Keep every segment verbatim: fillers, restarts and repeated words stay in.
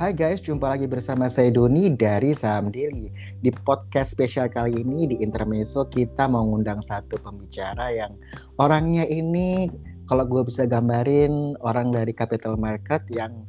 Hai guys, jumpa lagi bersama saya Doni dari Saham Daily. Di podcast spesial kali ini di Intermezzo kita mau ngundang satu pembicara yang orangnya ini kalau gue bisa gambarin orang dari capital market yang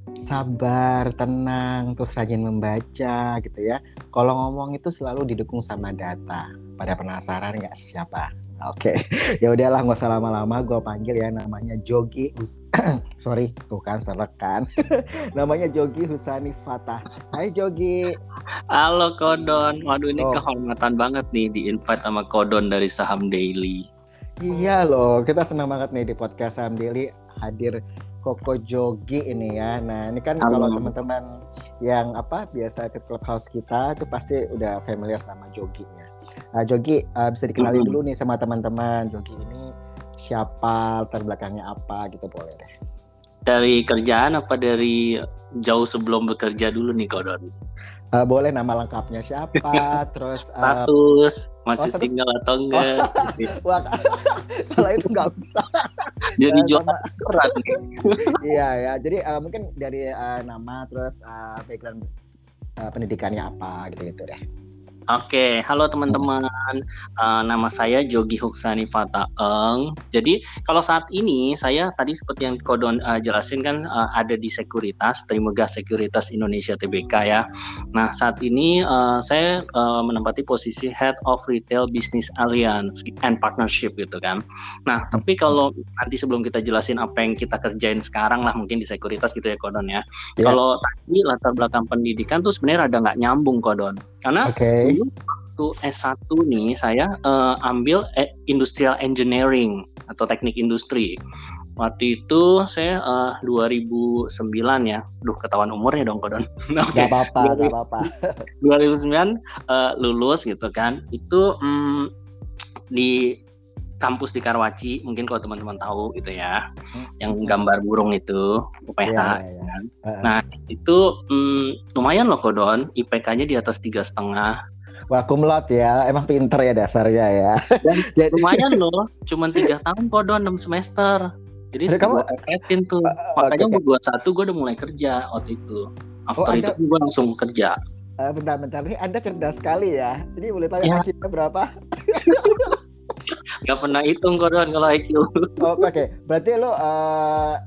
sabar, tenang, terus rajin membaca gitu ya. Kalau ngomong itu selalu didukung sama data. Pada penasaran nggak siapa? Oke, ya udahlah nggak usah lama-lama, gue panggil ya, namanya Jogi Hus- sorry, tuh kan serek kan. Namanya Jogi Husani Fatah. Hai Jogi. Halo Kodon, waduh ini Oh, kehormatan banget nih di-invite sama Kodon dari Saham Daily. iya loh, kita senang banget nih di podcast Saham Daily hadir Koko Jogi ini ya. Nah ini kan kalau Halo. teman-teman yang apa biasa ke clubhouse kita itu pasti udah familiar sama Joginya. Nah, Jogi uh, bisa dikenali Mm-mm. dulu nih sama teman-teman. Jogi ini siapa, latar belakangnya apa gitu boleh deh. Dari kerjaan apa dari jauh sebelum bekerja dulu nih Kodon? Uh, boleh nama lengkapnya siapa, terus uh, Status, masih oh, status- single atau oh, enggak? wah, kalau itu nggak usah. Jadi Uh, jual sama- berat nih. Iya ya, jadi uh, mungkin dari uh, nama terus uh, background uh, pendidikannya apa gitu-gitu deh. Oke, halo teman-teman. Uh, nama saya Jogi Huksani Fataeng. Jadi kalau saat ini saya tadi seperti yang Kodon uh, jelasin kan uh, ada di Sekuritas, Trimegah Sekuritas Indonesia T B K ya. Nah saat ini uh, saya uh, menempati posisi Head of Retail Business Alliance and Partnership gitu kan. Nah tapi kalau nanti sebelum kita jelasin apa yang kita kerjain sekarang lah mungkin di Sekuritas gitu ya Kodon ya. Yeah. Kalau tadi latar belakang pendidikan tuh sebenarnya rada nggak nyambung Kodon. Karena Oke. Okay. dulu waktu S satu nih saya uh, ambil eh, industrial engineering atau teknik industri. Waktu itu saya uh, dua ribu sembilan ya. Duh ketahuan umurnya dong Kodon. Okay. Gak apa-apa, gak apa-apa. dua ribu sembilan uh, lulus gitu kan. Itu um, di kampus di Karawaci, mungkin kalau teman-teman tahu gitu ya, hmm. yang gambar burung itu U P H. Yeah, yeah, yeah. Uh-uh. Nah itu um, lumayan loh Kodon, I P K-nya di atas tiga setengah. Wah kumlot ya, emang pinter ya dasarnya ya. Dan lumayan loh, cuma tiga tahun Kodon, enam semester. Jadi kamu repetin tuh, uh, makanya okay. Gue satu gue udah mulai kerja waktu itu. After oh, itu anda... gue langsung kerja. Uh, bentar-bentar nih, Anda cerdas sekali ya. Jadi boleh tahu ya. I Q-nya berapa? Gak pernah hitung Kodon kalau I Q. Oh, Oke, okay. Berarti lo uh,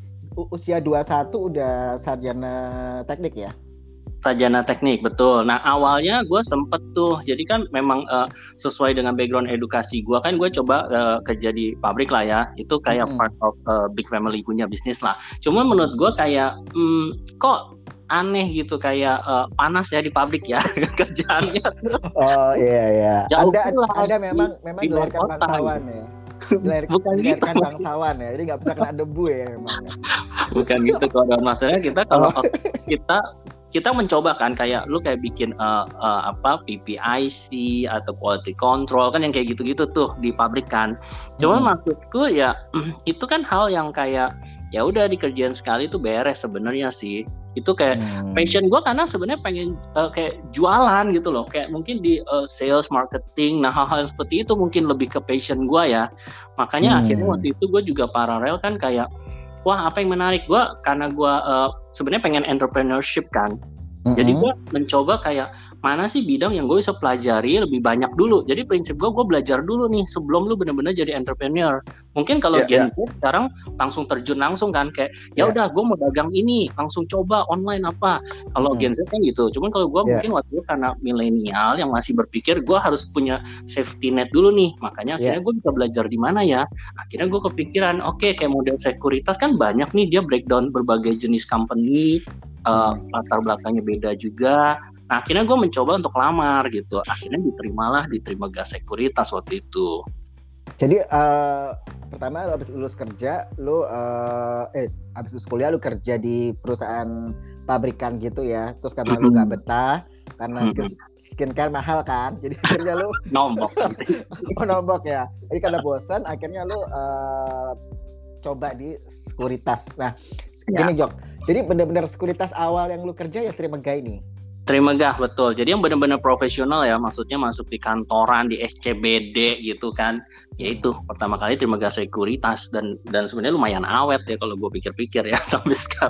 usia dua puluh satu udah sarjana teknik ya? Sarjana teknik, betul. Nah awalnya gue sempet tuh, jadi kan memang uh, sesuai dengan background edukasi gue kan gue coba uh, kerja di pabrik lah ya. Itu kayak hmm. part of uh, big family punya bisnis lah. Cuma menurut gue kayak, hmm, kok aneh gitu kayak uh, panas ya di pabrik ya kerjaannya. Oh iya iya. Ya, anda lah, anda memang di, memang di dilahirkan kota, bangsawan gitu. ya. Dilahirkan, Bukan dilahirkan gitu, bangsawan ya. Jadi nggak bisa kena debu ya memang. Ya. Bukan gitu kalau maksudnya kita kalau oh. kita kita mencoba kan kayak lu kayak bikin uh, uh, apa P P I C atau quality control kan yang kayak gitu-gitu tuh di pabrik kan. Cuma hmm. maksudku ya itu kan hal yang kayak ya udah dikerjain sekali tuh beres sebenarnya sih. Itu kayak hmm. passion gue karena sebenarnya pengen uh, kayak jualan gitu loh, kayak mungkin di uh, sales marketing, nah hal-hal seperti itu mungkin lebih ke passion gue ya. Makanya hmm. akhirnya waktu itu gue juga paralel kan kayak wah apa yang menarik gue karena gue uh, sebenarnya pengen entrepreneurship kan. Mm-hmm. Jadi gue mencoba kayak mana sih bidang yang gue bisa pelajari lebih banyak dulu. Jadi prinsip gue, gue belajar dulu nih sebelum lu benar-benar jadi entrepreneur. Mungkin kalau yeah, Gen Z yeah. sekarang langsung terjun langsung kan kayak ya udah yeah. gue mau dagang ini, langsung coba online apa. Kalau mm-hmm. Gen Z kan gitu. Cuman kalau gue yeah. mungkin waktu itu karena milenial yang masih berpikir gue harus punya safety net dulu nih. Makanya akhirnya yeah. gue bisa belajar di mana ya. Akhirnya gue kepikiran, oke okay, kayak model sekuritas kan banyak nih dia breakdown berbagai jenis company. Uh, latar belakangnya beda juga. Nah akhirnya gue mencoba untuk lamar gitu. Akhirnya diterimalah di Trimegah Sekuritas waktu itu. Jadi uh, pertama lu abis lulus kerja, lu uh, eh abis lulus kuliah lu kerja di perusahaan pabrikan gitu ya. Terus karena mm-hmm. lu gak betah, karena mm-hmm. skincare mahal kan, jadi akhirnya lu nombok. oh, nombok ya. Jadi karena bosan, akhirnya lu uh, coba di sekuritas. Nah ya. Gini Jok. Jadi benar-benar sekuritas awal yang lu kerja ya Trimegah ini? Trimegah, betul. Jadi yang benar-benar profesional ya, maksudnya masuk di kantoran, di S C B D gitu kan. Ya itu, pertama kali Trimegah Sekuritas. Dan dan sebenarnya lumayan awet ya kalau gue pikir-pikir ya sampai sekarang.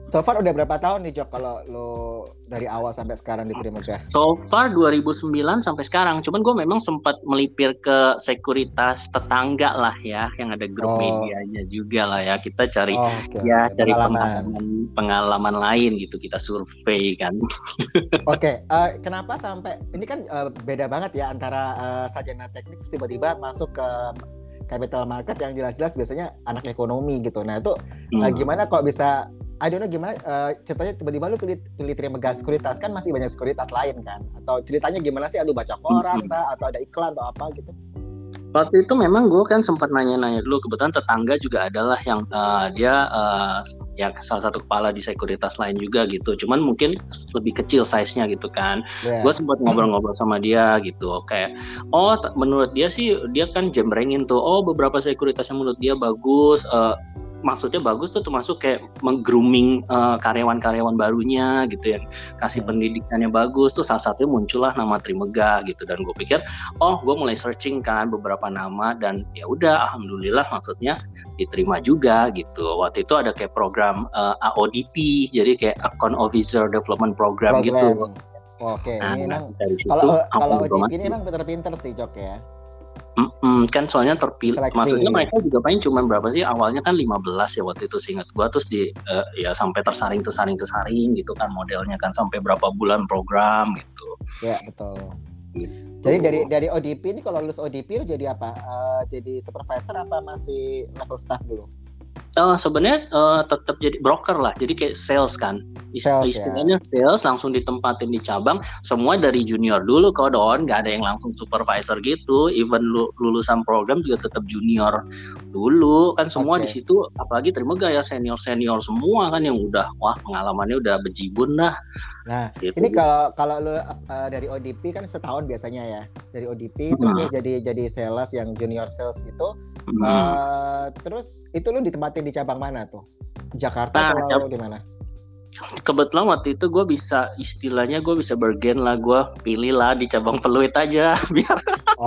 So far udah berapa tahun nih Jok kalau lo dari awal sampai sekarang di Trimegah? So far dua ribu sembilan sampai sekarang. Cuman gue memang sempat melipir ke sekuritas tetangga lah ya, yang ada grup Oh. medianya juga lah ya. Kita cari Oh, okay, ya okay. cari Pengalaman. pengalaman pengalaman lain gitu. Kita survei kan. Oke, okay. uh, kenapa sampai ini kan uh, beda banget ya antara uh, sarjana teknik terus tiba-tiba masuk ke capital market yang jelas-jelas biasanya anak ekonomi gitu. Nah itu hmm. uh, gimana kok bisa, I don't know gimana uh, ceritanya tiba-tiba lu pilih pilih Trimegah Sekuritas, kan masih banyak sekuritas lain kan? Atau ceritanya gimana sih? Lu baca koran hmm. atau ada iklan atau apa gitu? Waktu itu memang gue kan sempat nanya-nanya dulu, kebetulan tetangga juga adalah yang uh, dia uh, ya salah satu kepala di sekuritas lain juga gitu, cuman mungkin lebih kecil size-nya gitu kan. Yeah. Gue sempat ngobrol-ngobrol sama dia gitu, kayak oh t- menurut dia sih dia kan jembrengin tuh, oh beberapa sekuritas yang menurut dia bagus, uh, maksudnya bagus tuh termasuk kayak meng-grooming uh, karyawan-karyawan barunya gitu, yang kasih hmm. pendidikannya bagus tuh, salah satunya muncullah nama Trimegah gitu. Dan gue pikir oh gue mulai searching kan beberapa nama, dan ya udah alhamdulillah maksudnya diterima juga gitu. Waktu itu ada kayak program uh, A O D P, jadi kayak Account Officer Development Program, program. gitu. Oke, nah, ini emang dari situ, kalau kalau O D P ini emang pinter-pinter sih Jok ya. Mm-mm, kan soalnya terpilih, seleksi. Maksudnya mereka juga paling cuma berapa sih awalnya kan lima belas ya waktu itu seingat gua, terus di uh, ya sampai tersaring tersaring tersaring gitu kan modelnya kan, sampai berapa bulan program gitu. Ya betul. Gitu. Jadi dari dari O D P ini kalau lulus O D P jadi apa? Uh, jadi supervisor apa masih level staff dulu? Uh, sebenarnya uh, tetap jadi broker lah, jadi kayak sales kan, sales, istilahnya ya. Sales langsung ditempatin di cabang, semua dari junior dulu kok Don, nggak ada yang langsung supervisor gitu, even lu, lulusan program juga tetap junior dulu kan semua okay. Di situ, apalagi Trimegah ya senior senior semua kan yang udah wah pengalamannya udah bejibun dah. Nah gitu. Ini kalau kalau lu uh, dari O D P kan setahun biasanya ya, dari O D P hmm. terus nih jadi jadi sales yang junior sales gitu, hmm. uh, terus itu lu ditempatin di cabang mana tuh? Jakarta nah, atau ya, gimana? Kebetulan waktu itu gue bisa istilahnya gue bisa bergen lah, gue pilih lah di cabang Peluit aja biar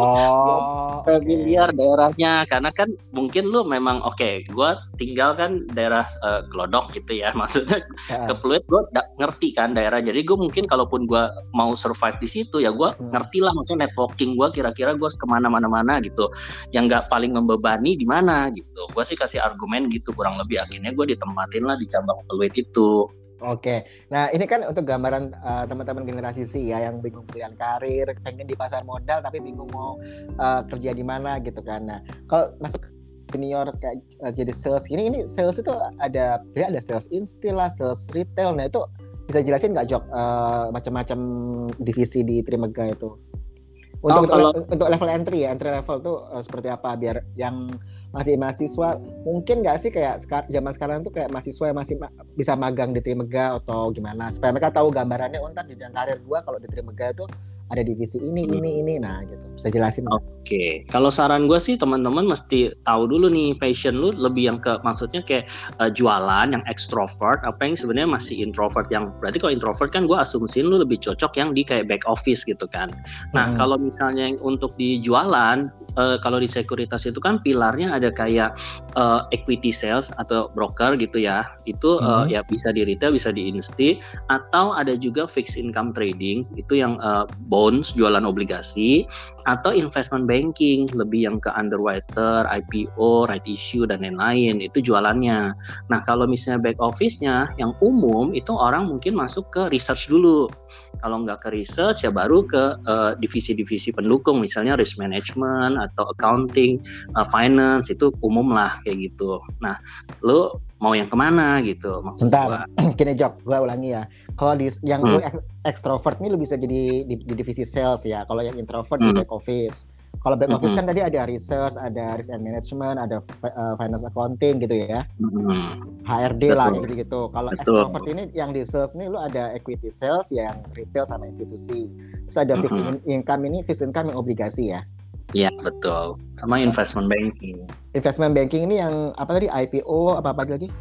oh familiar okay. daerahnya, karena kan mungkin lu memang oke okay, gue tinggal kan daerah uh, Glodok gitu ya, maksudnya yeah. ke Peluit gue da- ngerti kan daerah, jadi gue mungkin kalaupun gue mau survive di situ ya gue hmm. ngerti lah, maksudnya networking gue kira-kira gue kemana-mana-mana gitu, yang nggak paling membebani di mana gitu, gue sih kasih argumen gitu kurang lebih, akhirnya gue ditempatin lah di cabang Peluit itu. Oke, nah ini kan untuk gambaran uh, teman-teman generasi Z ya yang bingung pilihan karir, pengen di pasar modal tapi bingung mau uh, kerja di mana gitu kan. Nah, kalau masuk senior kayak uh, jadi sales ini, ini sales itu ada ya ada sales instill lah, sales retail. Nah itu bisa jelasin nggak Jok uh, macam-macam divisi di Trimegah itu? Untuk, oh, kalau... untuk level entry ya, entry level tuh uh, seperti apa biar yang masih mahasiswa mungkin nggak sih kayak sekar- zaman sekarang tuh kayak mahasiswa yang masih ma- bisa magang di Trimegah atau gimana supaya mereka tahu gambarannya untuk di jenjang karir gua kalau di Trimegah itu ada divisi ini, hmm. ini, ini, nah gitu. Bisa jelasin? Oke, okay. Kalau saran gue sih teman-teman mesti tahu dulu nih passion lu lebih yang ke, maksudnya kayak uh, jualan yang extrovert, apa yang sebenarnya masih introvert, yang berarti kalau introvert kan gue asumsiin lu lebih cocok yang di kayak back office gitu kan. Nah, hmm. kalau misalnya yang untuk di jualan, uh, kalau di sekuritas itu kan pilarnya ada kayak uh, equity sales atau broker gitu ya, itu hmm. uh, ya bisa di retail, bisa di insti, atau ada juga fixed income trading, itu yang uh, bonds, jualan obligasi, atau investment banking, lebih yang ke underwriter, I P O, right issue, dan lain-lain, itu jualannya. Nah, kalau misalnya back office-nya, yang umum, itu orang mungkin masuk ke research dulu. Kalau nggak ke research, ya baru ke uh, divisi-divisi pendukung, misalnya risk management, atau accounting, uh, finance, itu umum lah, kayak gitu. Nah, lu mau yang kemana gitu? Bentar, gini Jok, gue ulangi ya. Kalau di yang hmm. lu extrovert nih lu bisa jadi di, di divisi sales ya. Kalau yang introvert hmm. di back office. Kalau back hmm. office kan tadi ada research, ada risk and management, ada uh, finance accounting gitu ya. Hmm. H R D Betul. Lah kayak gitu. Kalau extrovert ini yang di sales nih lu ada equity sales yang retail sama institusi. Terus ada hmm. fixed income ini fixed income yang obligasi ya. Iya betul, sama investment banking. Investment banking ini yang apa tadi, I P O apa apa lagi?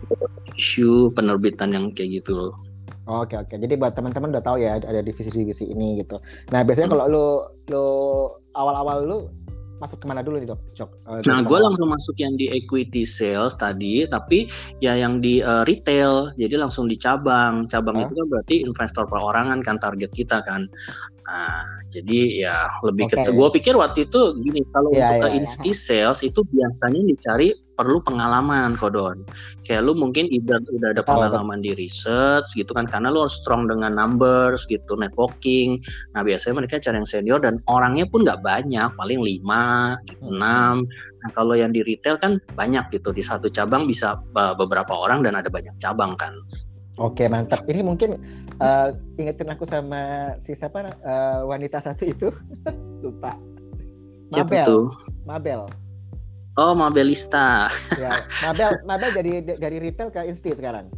Issue penerbitan yang kayak gitu loh. Oke oke, jadi buat teman-teman udah tahu ya ada divisi-divisi ini gitu. Nah biasanya hmm. kalau lu lu awal-awal lu masuk kemana dulu nih dok? Cok, uh, Nah, gue langsung masuk yang di equity sales tadi, tapi ya yang di uh, retail, jadi langsung di cabang. Cabang huh? Itu kan berarti investor perorangan kan target kita kan. Nah, jadi ya lebih okay. ke. Gue pikir waktu itu gini, kalau yeah, untuk yeah, ke insti yeah. sales itu biasanya dicari perlu pengalaman Kodon. Kayak lu mungkin udah udah ada pengalaman oh, di research gitu kan, karena lu harus strong dengan numbers gitu, networking. Nah biasanya mereka cari yang senior dan orangnya pun nggak banyak, paling lima, gitu, hmm. enam. Nah kalau yang di retail kan banyak gitu, di satu cabang bisa uh, beberapa orang dan ada banyak cabang kan. Oke mantap. Ini mungkin uh, ingetin aku sama si siapa uh, wanita satu itu lupa. Mabel. Tuh? Mabel. Oh, Mabelista. Ya, Mabel, Mabel dari dari retail ke insti sekarang.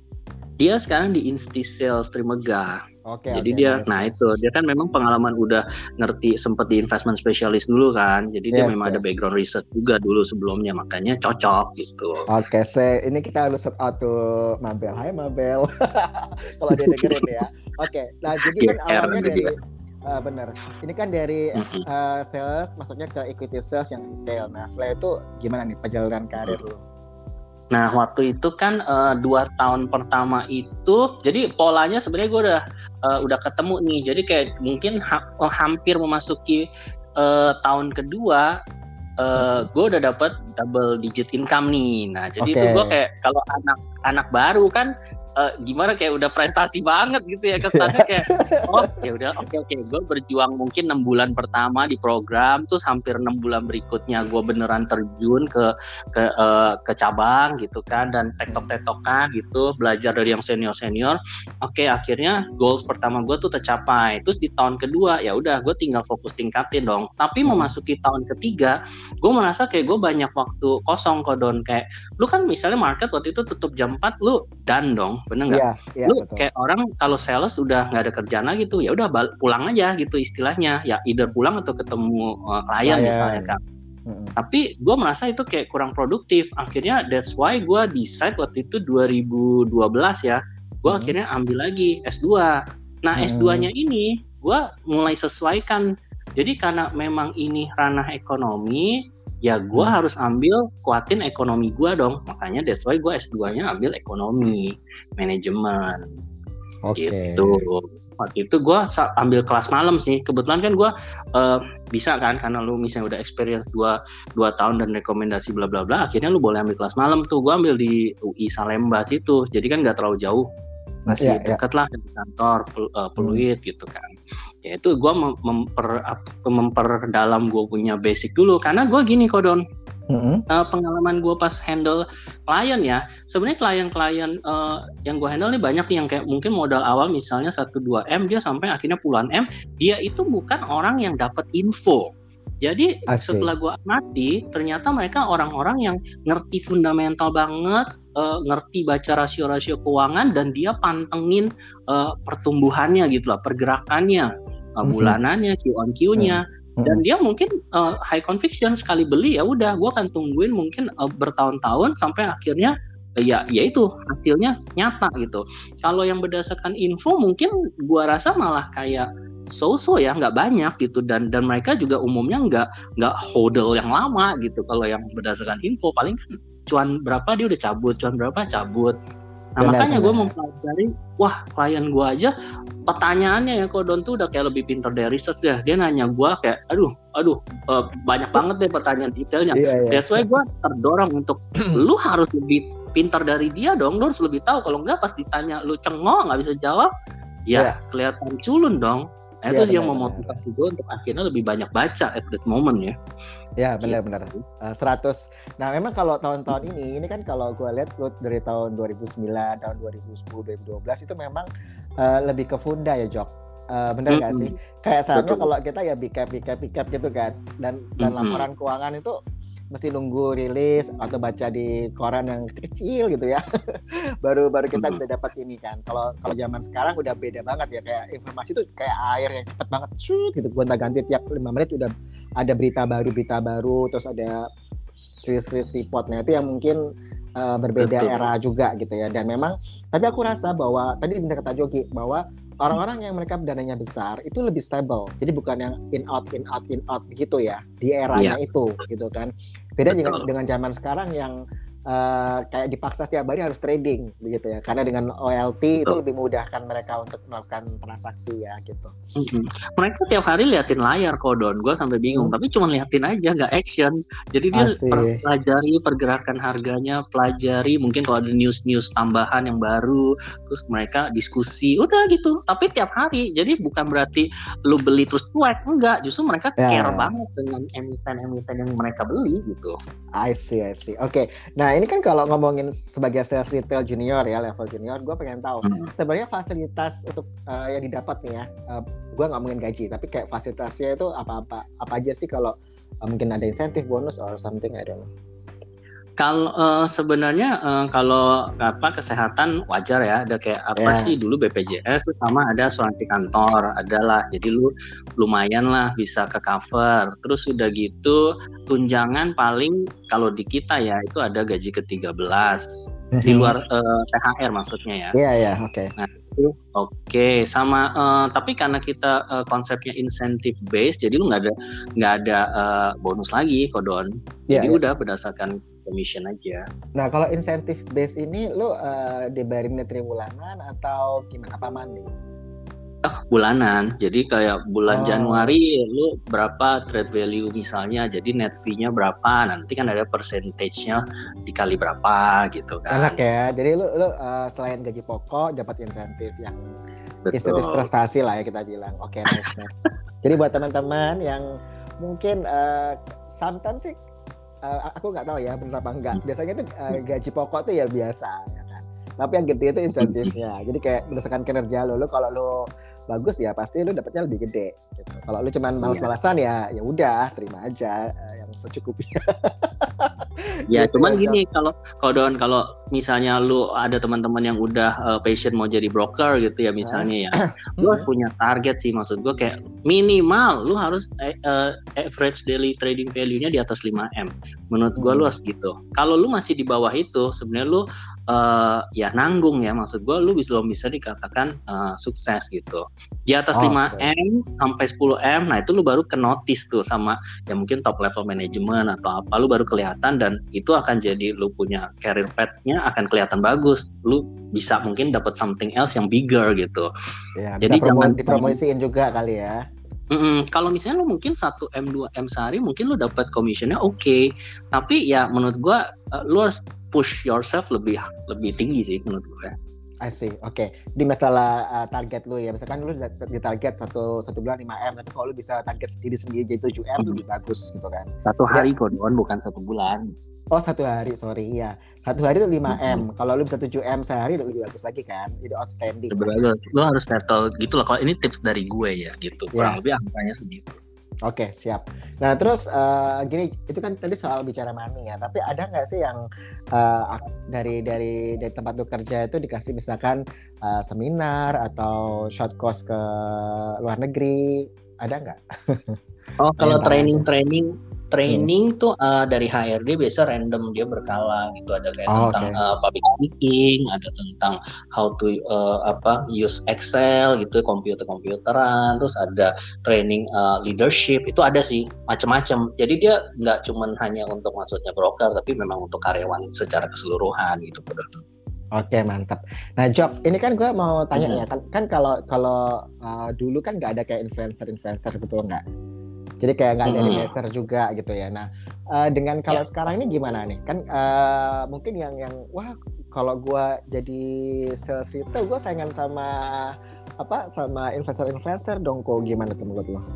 Dia sekarang di Insti Sales Trimegah. Oke. Jadi okay, dia, nice, nah nice. itu dia kan memang pengalaman udah ngerti sempet di investment specialist dulu kan. Jadi yes, dia memang yes. ada background research juga dulu sebelumnya, makanya cocok gitu. Oke, okay, so ini kita harus shout out to Mabel. Hai Mabel. Kalau dia dengerin ya. Oke, okay. Nah jadi kan awalnya dari Uh, benar. Ini kan dari uh, sales masuknya ke equity sales yang retail. Nah, setelah itu gimana nih perjalanan karir lu? Nah, waktu itu kan uh, dua tahun pertama itu, jadi polanya sebenarnya gue udah uh, udah ketemu nih. Jadi kayak mungkin ha- hampir memasuki uh, tahun kedua, uh, gue udah dapat double digit income nih. Nah, jadi okay. itu gue kayak kalau anak anak baru kan. Uh, gimana kayak udah prestasi banget gitu ya kesannya kayak oh ya udah oke oke gue berjuang mungkin enam bulan pertama di program terus hampir enam bulan berikutnya gue beneran terjun ke ke uh, ke cabang gitu kan dan tektok-tektokan gitu belajar dari yang senior-senior. Oke akhirnya goals pertama gue tuh tercapai. Terus di tahun kedua ya udah gue tinggal fokus tingkatin dong. Tapi memasuki tahun ketiga gue merasa kayak gue banyak waktu kosong Kodon kayak lu kan misalnya market waktu itu tutup jam empat lu done dong. Bener nggak? Yeah, yeah, lu betul. Kayak orang kalau sales udah nggak ada kerjaan lagi tuh, ya udah bal- pulang aja gitu istilahnya, ya either pulang atau ketemu uh, klien Layan. misalnya kan. Mm-hmm. Tapi gue merasa itu kayak kurang produktif. Akhirnya that's why gue decide waktu itu dua ribu dua belas ya, gue mm-hmm. akhirnya ambil lagi S dua. Nah mm-hmm. S dua-nya ini gue mulai sesuaikan. Jadi karena memang ini ranah ekonomi. Ya gue hmm. harus ambil kuatin ekonomi gue dong. Makanya that's why gue S dua-nya ambil ekonomi manajemen. Oke. Okay. Gitu. Waktu itu gue ambil kelas malam sih. Kebetulan kan gue uh, bisa kan karena lu misalnya udah experience dua tahun dan rekomendasi bla bla bla. Akhirnya lu boleh ambil kelas malam tuh. Gue ambil di U I Salemba situ. Jadi kan nggak terlalu jauh. Masih yeah, dekat yeah. lah di kantor uh, Pluit hmm. gitu kan. Ya itu gue mem- memper, memperdalam gue punya basic dulu karena gue gini Kodon. Mm-hmm. Uh, pengalaman gue pas handle klien ya, sebenarnya klien-klien uh, yang gue handle nih banyak nih yang kayak mungkin modal awal misalnya satu dua M dia sampai akhirnya puluhan M, dia itu bukan orang yang dapat info. Jadi Asik. Setelah gue amati ternyata mereka orang-orang yang ngerti fundamental banget, uh, ngerti baca rasio-rasio keuangan dan dia pantengin uh, pertumbuhannya gitu lah, pergerakannya, uh, bulanannya, Q on Q-nya. Mm-hmm. Dan dia mungkin uh, high conviction sekali beli ya udah gue akan tungguin mungkin uh, bertahun-tahun sampai akhirnya uh, ya ya itu hasilnya nyata gitu. Kalau yang berdasarkan info mungkin gue rasa malah kayak so-so ya nggak banyak gitu dan dan mereka juga umumnya nggak nggak hodl yang lama gitu. Kalau yang berdasarkan info paling kan cuan berapa dia udah cabut, cuan berapa cabut. Nah benar, makanya gue mempelajari, wah klien gue aja pertanyaannya ya Kodon tuh udah kayak lebih pintar dari research ya. Dia nanya gue kayak, aduh, aduh uh, banyak banget deh pertanyaan detailnya. Iya, iya. That's why gue terdorong untuk lu harus lebih pintar dari dia dong, lu harus lebih tahu. Kalau enggak pas ditanya lu cengok nggak bisa jawab, ya yeah. kelihatan culun dong. Nah, itu sih yang memotivasi gue untuk akhirnya lebih banyak baca at that moment ya. Ya benar-benar uh, seratus. Nah memang kalau tahun-tahun ini, ini kan kalau gue lihat dari tahun dua ribu sembilan, tahun dua ribu sepuluh, dua ribu dua belas itu memang uh, lebih ke funda ya Jok. Uh, benar nggak mm-hmm. sih? Kayak seharusnya kalau kita ya bicap, bicap, bicap gitu kan. Dan dan mm-hmm. laporan keuangan itu mesti nunggu rilis atau baca di koran yang kecil gitu ya. baru baru kita bisa dapat ini kan. Kalau kalau zaman sekarang udah beda banget ya, kayak informasi tuh kayak air yang cepat banget shoot gitu, gonta-ganti tiap lima menit udah ada berita baru berita baru terus ada rilis-rilis report. Nah itu yang mungkin uh, berbeda Betul. Era juga gitu ya. Dan memang tapi aku rasa bahwa tadi benar kata Jogi bahwa orang-orang yang mereka dananya besar itu lebih stable. Jadi bukan yang in out in out in out gitu ya di eranya yeah. itu gitu kan. Beda dengan, dengan zaman sekarang yang uh, kayak dipaksa setiap hari harus trading begitu ya. Karena dengan O L T Betul. Itu lebih memudahkan mereka untuk melakukan transaksi ya gitu. Mm-hmm. Mereka tiap hari liatin layar kodon, gue sampai bingung. Hmm. Tapi cuma liatin aja, nggak action. Jadi dia per- pelajari pergerakan harganya, pelajari mungkin kalau ada news-news tambahan yang baru, terus mereka diskusi, udah gitu. Tapi tiap hari, jadi bukan berarti lu beli terus cuek, enggak. Justru mereka yeah. care banget dengan emiten-emiten yang mereka beli gitu. I see, I see. Oke, okay. Nah ini kan kalau ngomongin sebagai sales retail junior ya, level junior, gue pengen tahu hmm. sebenarnya fasilitas untuk uh, yang didapat nih ya. Uh, gue nggak ngomongin gaji, tapi kayak fasilitasnya itu apa-apa apa aja sih kalau uh, mungkin ada insentif, bonus or something, I don't know. Kalau uh, sebenarnya uh, kalau apa kesehatan wajar ya, ada kayak apa yeah. sih dulu B P J S sama ada asuransi kantor adalah, jadi lu lumayan lah bisa ke cover. Terus udah gitu tunjangan paling kalau di kita ya itu ada gaji ke tiga belas mm-hmm. di luar uh, T H R maksudnya ya. Iya yeah, iya yeah, oke. Okay. Nah, Oke, okay. sama uh, tapi karena kita uh, konsepnya incentive based, jadi lu nggak ada nggak ada uh, bonus lagi kodon, yeah, jadi yeah. udah berdasarkan commission aja. Nah kalau incentive based ini lu uh, dibayarin net bulanan atau gimana, apa mandi? Oh, bulanan, jadi kayak bulan Oh. Januari lu berapa trade value misalnya, jadi net fee-nya berapa, nanti kan ada percentage-nya dikali berapa gitu kan. Enak ya, jadi lu, lu uh, selain gaji pokok dapat insentif yang Betul. insentif prestasi lah ya kita bilang. Oke, okay, nice, nice. Jadi buat teman-teman yang mungkin uh, sometimes sih uh, aku nggak tahu ya benar apa enggak, biasanya tuh uh, gaji pokok tuh ya biasa ya kan, tapi yang gede itu insentifnya. Jadi kayak berdasarkan kinerja lu, lu kalau lu bagus ya pasti lu dapatnya lebih gede gitu. Kalau lu cuman malas-malasan ya ya udah terima aja uh, yang secukupnya. Ya gitu, cuman ya, gini kalau kalau kalau misalnya lu ada teman-teman yang udah uh, passion mau jadi broker gitu ya misalnya ya, lu harus punya target sih, maksud gue kayak minimal lu harus uh, average daily trading value-nya di atas lima M. Menurut gue hmm. lu harus gitu. Kalau lu masih di bawah itu sebenarnya lu uh, ya nanggung ya, maksud gue lu belum bisa dikatakan uh, sukses gitu. Di atas oh, lima M okay. sampai sepuluh M, nah itu lu baru ke notice tuh sama ya mungkin top level management atau apa, lu baru kelihatan dan itu akan jadi lu punya career path-nya akan kelihatan bagus. Lu bisa mungkin dapat something else yang bigger gitu. Ya, jadi jangan dipromosiin juga kali ya. Mm-mm. Kalau misalnya lu mungkin satu M dua M sehari mungkin lu dapat commission-nya oke. Okay. Tapi ya menurut gua uh, lu harus push yourself lebih lebih tinggi sih menurut gua. I see, oke. Okay. Di masalah uh, target lu ya, misalkan lu di target satu satu bulan lima M, tapi kalau lu bisa target sendiri-sendiri jadi tujuh M hmm. lebih bagus gitu kan. Satu hari ya. Kodon bukan satu bulan. Oh satu hari, sorry iya. Satu hari itu lima M. Hmm. Kalau lu bisa tujuh M sehari lebih bagus lagi kan. Itu outstanding. Bagus. Lu harus settle gitu lah. Kalau ini tips dari gue ya gitu. Kurang yeah. lebih angkanya segitu. Oke, okay, siap. Nah, terus uh, gini, itu kan tadi soal bicara money ya. Tapi ada nggak sih yang uh, dari dari dari tempat lu kerja itu dikasih misalkan uh, seminar atau short course ke luar negeri? Ada nggak? Oh, kalau training-training training hmm. tuh uh, dari H R D biasa random, dia berkala gitu, ada kayak oh, tentang okay. uh, public speaking, ada tentang how to uh, apa use Excel gitu, komputer-komputeran, terus ada training uh, leadership, itu ada sih macam-macam. Jadi dia nggak cuma hanya untuk maksudnya broker, tapi memang untuk karyawan secara keseluruhan gitu. Oke, mantap. Nah, Job, ini kan gue mau tanya hmm. ya, kan kan kalau kalau uh, dulu kan nggak ada kayak influencer-influencer betul nggak? Jadi kayak nggak ada hmm. influencer juga gitu ya. Nah, uh, dengan kalau yeah. sekarang ini gimana nih? Kan uh, mungkin yang yang wah kalau gue jadi sales retail gue saingan sama apa sama influencer-influencer dong, kok gimana tuh menurut lo?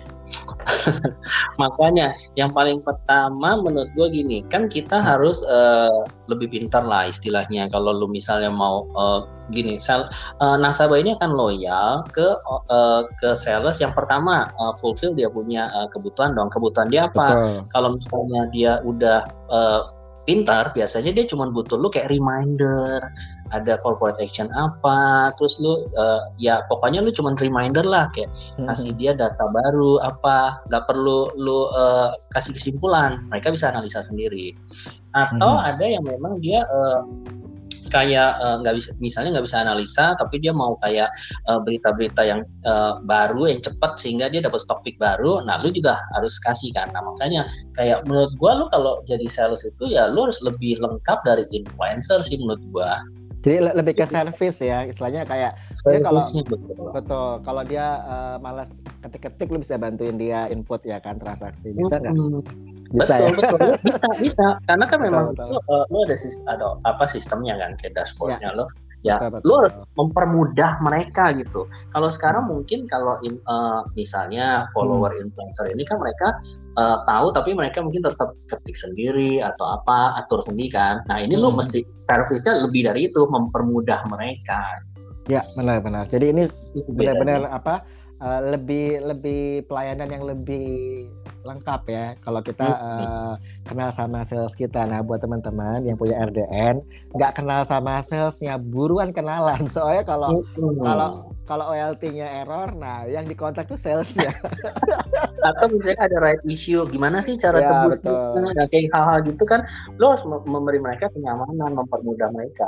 Makanya yang paling pertama menurut gue gini, kan kita harus uh, lebih pintar lah istilahnya. Kalau lu misalnya mau uh, gini, sel, uh, nasabah ini akan loyal ke uh, ke sales yang pertama uh, fulfill dia punya uh, kebutuhan dong. Kebutuhan dia apa? Betul. Kalau misalnya dia udah uh, pintar, biasanya dia cuma butuh lu kayak reminder, ada corporate action apa, terus lu uh, ya pokoknya lu cuma reminder lah, kayak mm-hmm. kasih dia data baru apa, nggak perlu lu uh, kasih kesimpulan, mereka bisa analisa sendiri. Atau mm-hmm. ada yang memang dia uh, kayak uh, nggak bisa, misalnya nggak bisa analisa, tapi dia mau kayak uh, berita-berita yang uh, baru yang cepat sehingga dia dapat topik baru. Nah, lu juga harus kasih kan. Nah, makanya kayak menurut gua lu kalau jadi sales itu ya lu harus lebih lengkap dari influencer sih menurut gua. Jadi lebih ke service ya, istilahnya kayak dia kalau betul, betul kalau dia uh, malas ketik-ketik, lu bisa bantuin dia input ya kan, transaksi, bisa nggak? Hmm. Bisa betul, ya? betul, bisa, bisa, karena kan betul, memang betul. itu uh, lu ada sistem, ada apa sistemnya kan, kayak dashboardnya ya. Lo ya betul, betul, lu harus mempermudah mereka gitu. Kalau sekarang hmm. mungkin kalau in, uh, misalnya follower hmm. influencer ini kan mereka uh, tahu, tapi mereka mungkin tetap ketik sendiri atau apa, atur sendiri kan. Nah ini hmm. lu mesti service-nya lebih dari itu, mempermudah mereka. Ya benar-benar. Jadi ini benar-benar apa? Uh, lebih lebih pelayanan yang lebih lengkap ya kalau kita uh, kenal sama sales kita. Nah buat teman-teman yang punya R D N nggak kenal sama salesnya, buruan kenalan, soalnya kalau hmm. kalau kalau O L T-nya error, nah yang dikontak tuh salesnya. Atau misalnya ada right issue, gimana sih cara ya, tebusnya, nah, kayak hal-hal gitu kan, lo harus memberi mereka kenyamanan, mempermudah mereka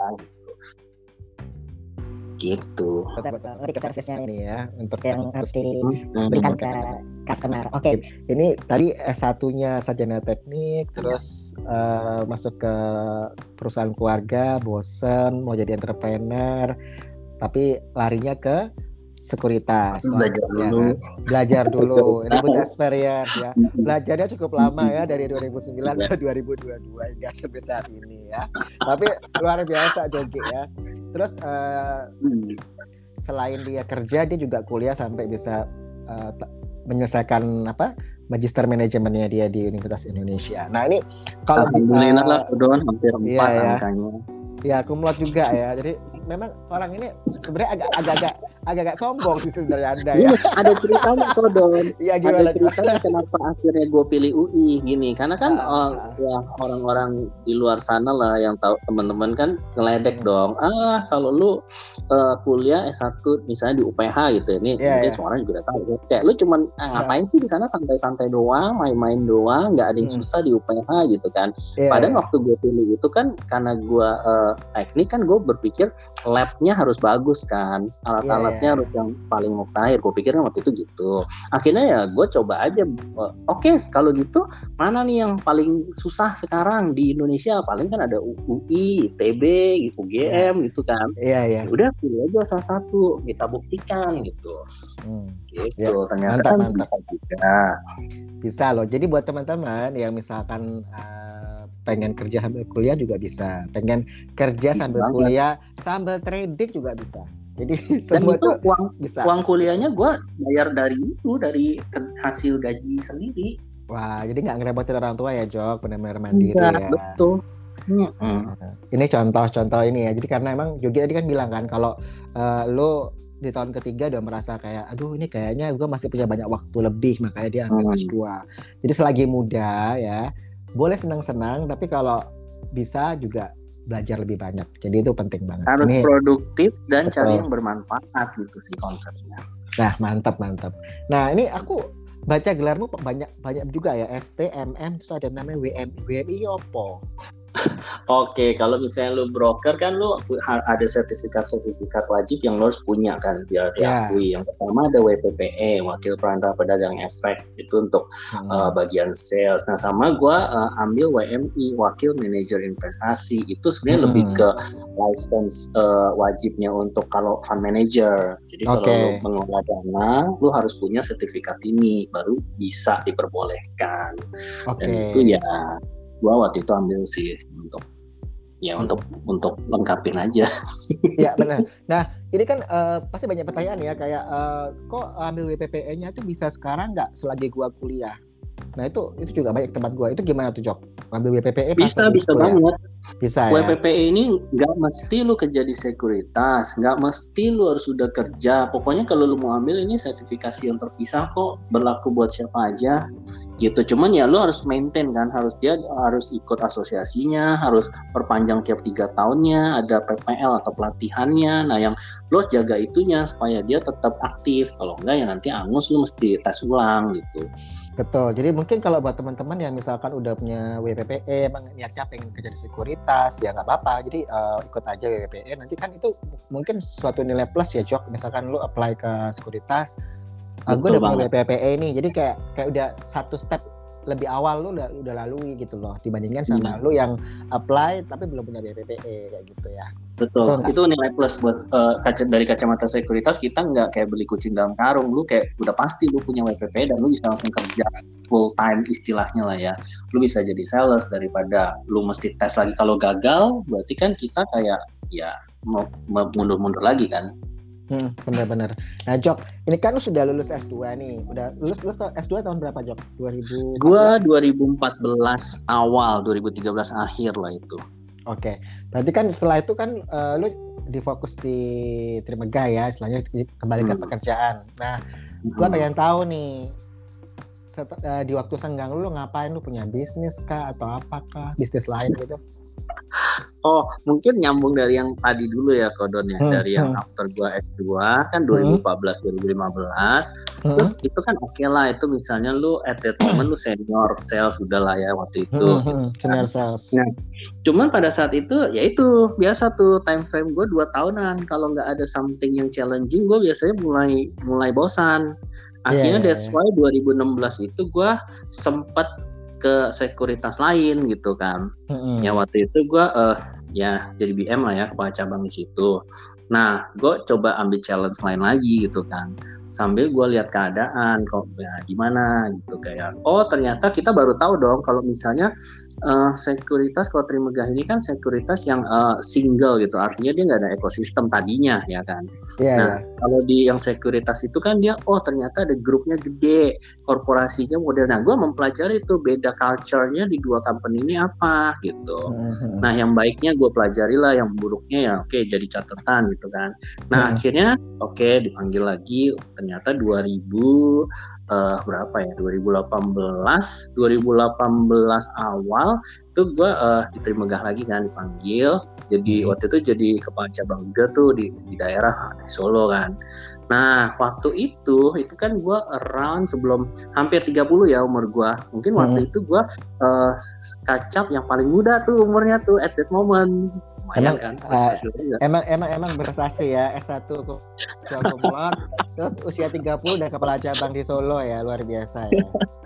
gitu. Lebih ke service-nya ini ya, untuk yang harus diberikan ke customer. Oke, okay. Ini tadi S satunya sarjana teknik, terus uh, masuk ke perusahaan keluarga, bosen, mau jadi entrepreneur, tapi larinya ke sekuritas. Belajar ya, dulu. Kan? Belajar dulu. Ini butuh experience ya. Belajarnya cukup lama ya, dari dua ribu sembilan ke dua ribu dua puluh dua hingga sampai saat ini ya. Tapi luar biasa Jogi ya. Terus uh, hmm. selain dia kerja, dia juga kuliah sampai bisa uh, t- menyelesaikan apa magister manajemennya dia di Universitas Indonesia. Nah ini kalau alhamdulillah uh, lah udah hampir empat iya, angkanya. Ya kumlot juga ya. Jadi memang orang ini sebenarnya agak agak agak sombong sih sebenarnya Anda ya. Ada ceritanya kok Don. Iya gimana? Ada ceritanya kenapa akhirnya gue pilih U I gini. Karena kan ah, oh, ya orang-orang di luar sana lah yang tahu, teman-teman kan ngeledek hmm. dong. Ah kalau lu uh, kuliah S satu misalnya di U P H gitu. Ini yeah, mungkin yeah. semua orang juga tahu. Kayak lu cuman ah, ngapain yeah. sih di sana santai-santai doang, main-main doang, nggak ada yang hmm. susah di U P H gitu kan. Yeah, Padahal yeah. waktu gue pilih itu kan karena gue uh, teknik kan, gue berpikir labnya harus bagus kan, alat-alatnya yeah, yeah. harus yang paling mutakhir. Gue pikirnya waktu itu gitu. Akhirnya ya gue coba aja. Oke, okay, kalau gitu mana nih yang paling susah sekarang di Indonesia? Paling kan ada U I, I T B, U G M yeah. gitu kan. Iya yeah, iya. Yeah. Udah pilih aja salah satu, kita buktikan gitu. Hmm. Gitu. Yeah. Ternyata mantap, kan mantap. bisa juga. Bisa loh. Jadi buat teman-teman yang misalkan uh, pengen kerja sambil kuliah juga bisa, pengen kerja bisa sambil banget. kuliah sambil trading juga bisa. Jadi dan semua itu uang bisa. Uang kuliahnya gue bayar dari itu, dari hasil gaji sendiri. Wah, jadi nggak ngerepotin orang tua ya, Jok, benar-benar mandiri Enggak, ya. Betul. Hmm. Nah, ini contoh-contoh ini ya. Jadi karena emang Jogi tadi kan bilang kan kalau uh, lo di tahun ketiga udah merasa kayak aduh ini kayaknya gue masih punya banyak waktu lebih, makanya dia ambil S dua. Jadi selagi muda ya boleh senang-senang, tapi kalau bisa juga belajar lebih banyak. Jadi itu penting banget. Harus ini, produktif dan betul. Cari yang bermanfaat gitu sih konsepnya. Nah mantap mantap. Nah ini aku baca gelarmu banyak banyak juga ya, S T M M, terus ada namanya W M I. W M I opo? Oke, kalau misalnya lu broker kan lu ada sertifikat-sertifikat wajib yang lu harus punya kan biar diakui. Yeah. Yang pertama ada W P P E, Wakil Perantara Pedagang Efek, itu untuk hmm. uh, bagian sales. Nah sama gue uh, ambil W M I, Wakil Manajer Investasi. Itu sebenarnya hmm. lebih ke license uh, wajibnya untuk kalau fund manager. Jadi okay. kalau lu mengelola dana, lu harus punya sertifikat ini baru bisa diperbolehkan. Okay. Dan itu ya gua waktu itu ambil sih untuk ya hmm. untuk untuk lengkapin aja. Ya benar. Nah ini kan uh, pasti banyak pertanyaan ya kayak uh, kok ambil W P P E-nya tuh bisa sekarang nggak selagi gua kuliah? Nah itu itu juga banyak tempat gua. Itu gimana tuh Jok? Ambil W P P E bisa bisa kuliah? Banget. Bisa W P P E ya. ini nggak mesti lu kerja di sekuritas, nggak mesti lu harus sudah kerja. Pokoknya kalau lu mau ambil ini sertifikasi yang terpisah kok, berlaku buat siapa aja. Gitu, cuman ya lu harus maintain kan, harus dia harus ikut asosiasinya, harus perpanjang tiap tiga tahunnya, ada P P L atau pelatihannya. Nah yang lu harus jaga itunya supaya dia tetap aktif. Kalau enggak ya nanti angus lu mesti tes ulang gitu. Betul. Jadi mungkin kalau buat teman-teman yang misalkan udah punya W P P E, emang niatnya pengen kerja di sekuritas, ya nggak apa-apa. Jadi uh, ikut aja W P P E. Nanti kan itu mungkin suatu nilai plus ya, Jok. Misalkan lu apply ke sekuritas, uh, gue udah punya W P P E nih. Jadi kayak kayak udah satu step lebih awal lu udah udah lalui gitu loh, dibandingkan sama hmm. lu yang apply tapi belum punya W P P E kayak gitu ya. Betul, betul itu nilai plus buat uh, kaca, dari kacamata sekuritas. Kita nggak kayak beli kucing dalam karung. Lu kayak udah pasti lu punya W P P E dan lu bisa langsung kerja full time istilahnya lah ya. Lu bisa jadi sales daripada lu mesti tes lagi. Kalau gagal berarti kan kita kayak ya mau mundur-mundur lagi kan. Hmm, benar-benar. Nah, Jok, ini kan lu sudah lulus S dua nih. Udah lulus lulus S dua tahun berapa, Jok? dua ribu empat belas? Gua dua ribu empat belas awal, dua ribu tiga belas akhir lah itu. Oke. Berarti kan setelah itu kan uh, lu difokus di Trimegah ya, istilahnya kembali ke hmm. pekerjaan. Nah, gua hmm. pengen tahu nih set, uh, di waktu senggang lu, lu ngapain? Lu punya bisnis kah atau apakah? Bisnis lain gitu? Oh, mungkin nyambung dari yang tadi dulu ya Kodon ya, hmm, dari yang hmm. after gua S dua kan dua ribu empat belas dua ribu lima belas. Hmm. Terus itu kan oke okay lah, itu misalnya lu at that moment lu senior sales udah lah ya waktu itu. Hmm, hmm, senior sales. Nah, cuman pada saat itu ya itu biasa tuh time frame gua dua tahunan. Kalau nggak ada something yang challenging, gua biasanya mulai mulai bosan. Akhirnya yeah, that's yeah. why dua ribu enam belas itu gua sempet ke sekuritas lain gitu kan. Mm-hmm. Ya waktu itu gue uh, ya jadi B M lah ya, kepala cabang di situ. Nah gue coba ambil challenge lain lagi gitu kan, sambil gue lihat keadaan kok ya gimana gitu, kayak oh ternyata kita baru tahu dong kalau misalnya uh, sekuritas kalau Trimegah ini kan sekuritas yang uh, single gitu, artinya dia nggak ada ekosistem tadinya ya kan. Yeah, nah yeah. kalau di yang sekuritas itu kan dia oh ternyata ada grupnya gede, korporasinya model. Nah gue mempelajari itu beda culture-nya di dua company ini apa gitu. Mm-hmm. Nah yang baiknya gue pelajari lah, yang buruknya ya oke okay, jadi catatan gitu kan. Nah mm-hmm. akhirnya oke okay, dipanggil lagi, ternyata dua ribu Uh, berapa ya dua ribu delapan belas awal itu gue uh, di Trimegah lagi kan dipanggil, jadi waktu itu jadi kepala cabang juga tuh di, di daerah di Solo kan. Nah waktu itu itu kan gue around sebelum hampir tiga puluh ya umur gue, mungkin hmm. waktu itu gue uh, kacap yang paling muda tuh umurnya tuh at that moment. Emang, kan, uh, emang emang emang berprestasi ya, S satu kumulon, terus usia tiga puluh dan kepala cabang di Solo ya, luar biasa ya.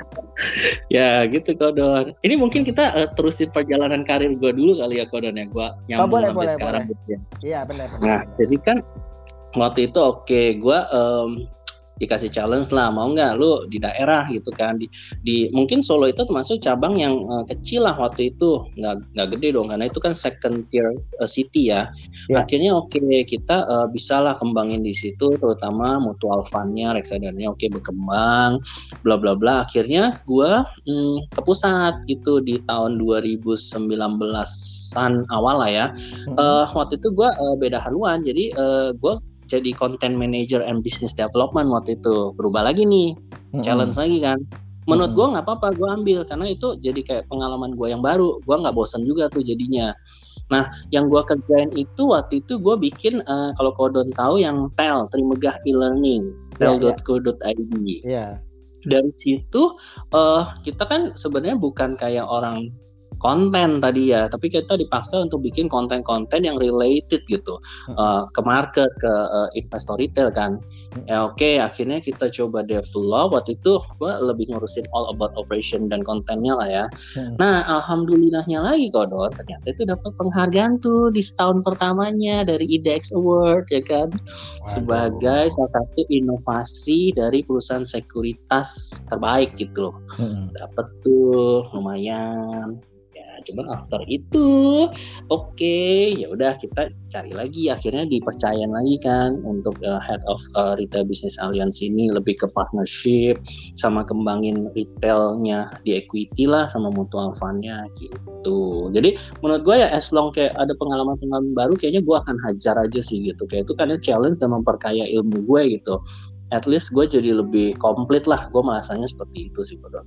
Ya gitu Kodon. Ini mungkin kita uh, terusin perjalanan karir gue dulu kali ya Kodon ya, gue nyambung oh, boleh, sampai boleh, sekarang boleh. Gitu ya. Iya benar. Nah benar. Jadi kan waktu itu oke okay, gue um, dikasih challenge lah, mau nggak lu di daerah gitu kan, di, di mungkin Solo itu termasuk cabang yang uh, kecil lah waktu itu, nggak nggak gede dong karena itu kan second tier uh, city ya. Yeah. Akhirnya oke okay, kita uh, bisa lah kembangin di situ, terutama mutual fund-nya, reksadananya oke okay, berkembang, bla bla bla. Akhirnya gue hmm, ke pusat gitu di tahun dua ribu sembilan belasan awal lah ya. Mm-hmm. Uh, waktu itu gue uh, beda haluan, jadi uh, gue jadi content manager and business development waktu itu, berubah lagi nih, mm-hmm. challenge lagi kan. Menurut mm-hmm. gue nggak apa-apa, gue ambil karena itu jadi kayak pengalaman gue yang baru, gue nggak bosan juga tuh jadinya. Nah, yang gue kerjain itu waktu itu gue bikin uh, kalau Kodon tahu yang T E L, Trimegah e-learning, t e l dot co dot i d. Yeah, yeah. Dari situ uh, kita kan sebenarnya bukan kayak orang konten tadi ya, tapi kita dipaksa untuk bikin konten-konten yang related gitu hmm. uh, ke market, ke uh, investor retail kan. Hmm. Ya oke, okay, akhirnya kita coba develop. Waktu itu gue lebih ngurusin all about operation dan kontennya lah ya. Hmm. Nah, alhamdulillahnya lagi Kodon, ternyata itu dapat penghargaan tuh di setahun pertamanya dari I D X Award ya kan. Waduh. Sebagai salah satu inovasi dari perusahaan sekuritas terbaik gitu loh. Hmm. Dapat tuh lumayan. Cuman after itu oke okay, ya udah kita cari lagi, akhirnya dipercayain lagi kan untuk uh, head of uh, retail business alliance ini, lebih ke partnership sama kembangin retailnya di equity lah sama mutual fund-nya gitu. Jadi menurut gue ya as long kayak ada pengalaman-pengalaman baru, kayaknya gue akan hajar aja sih gitu, kayak itu kan challenge dan memperkaya ilmu gue gitu. At least gue jadi lebih komplit lah, gue merasanya seperti itu sih Kodon.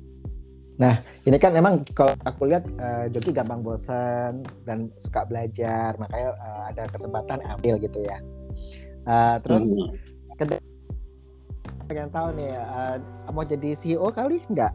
Nah, ini kan memang kalau aku lihat uh, Jogi gampang bosan dan suka belajar, makanya uh, ada kesempatan ambil gitu ya. Uh, terus mm-hmm. ke- pengen tahu nih, uh, mau jadi C E O kali nggak?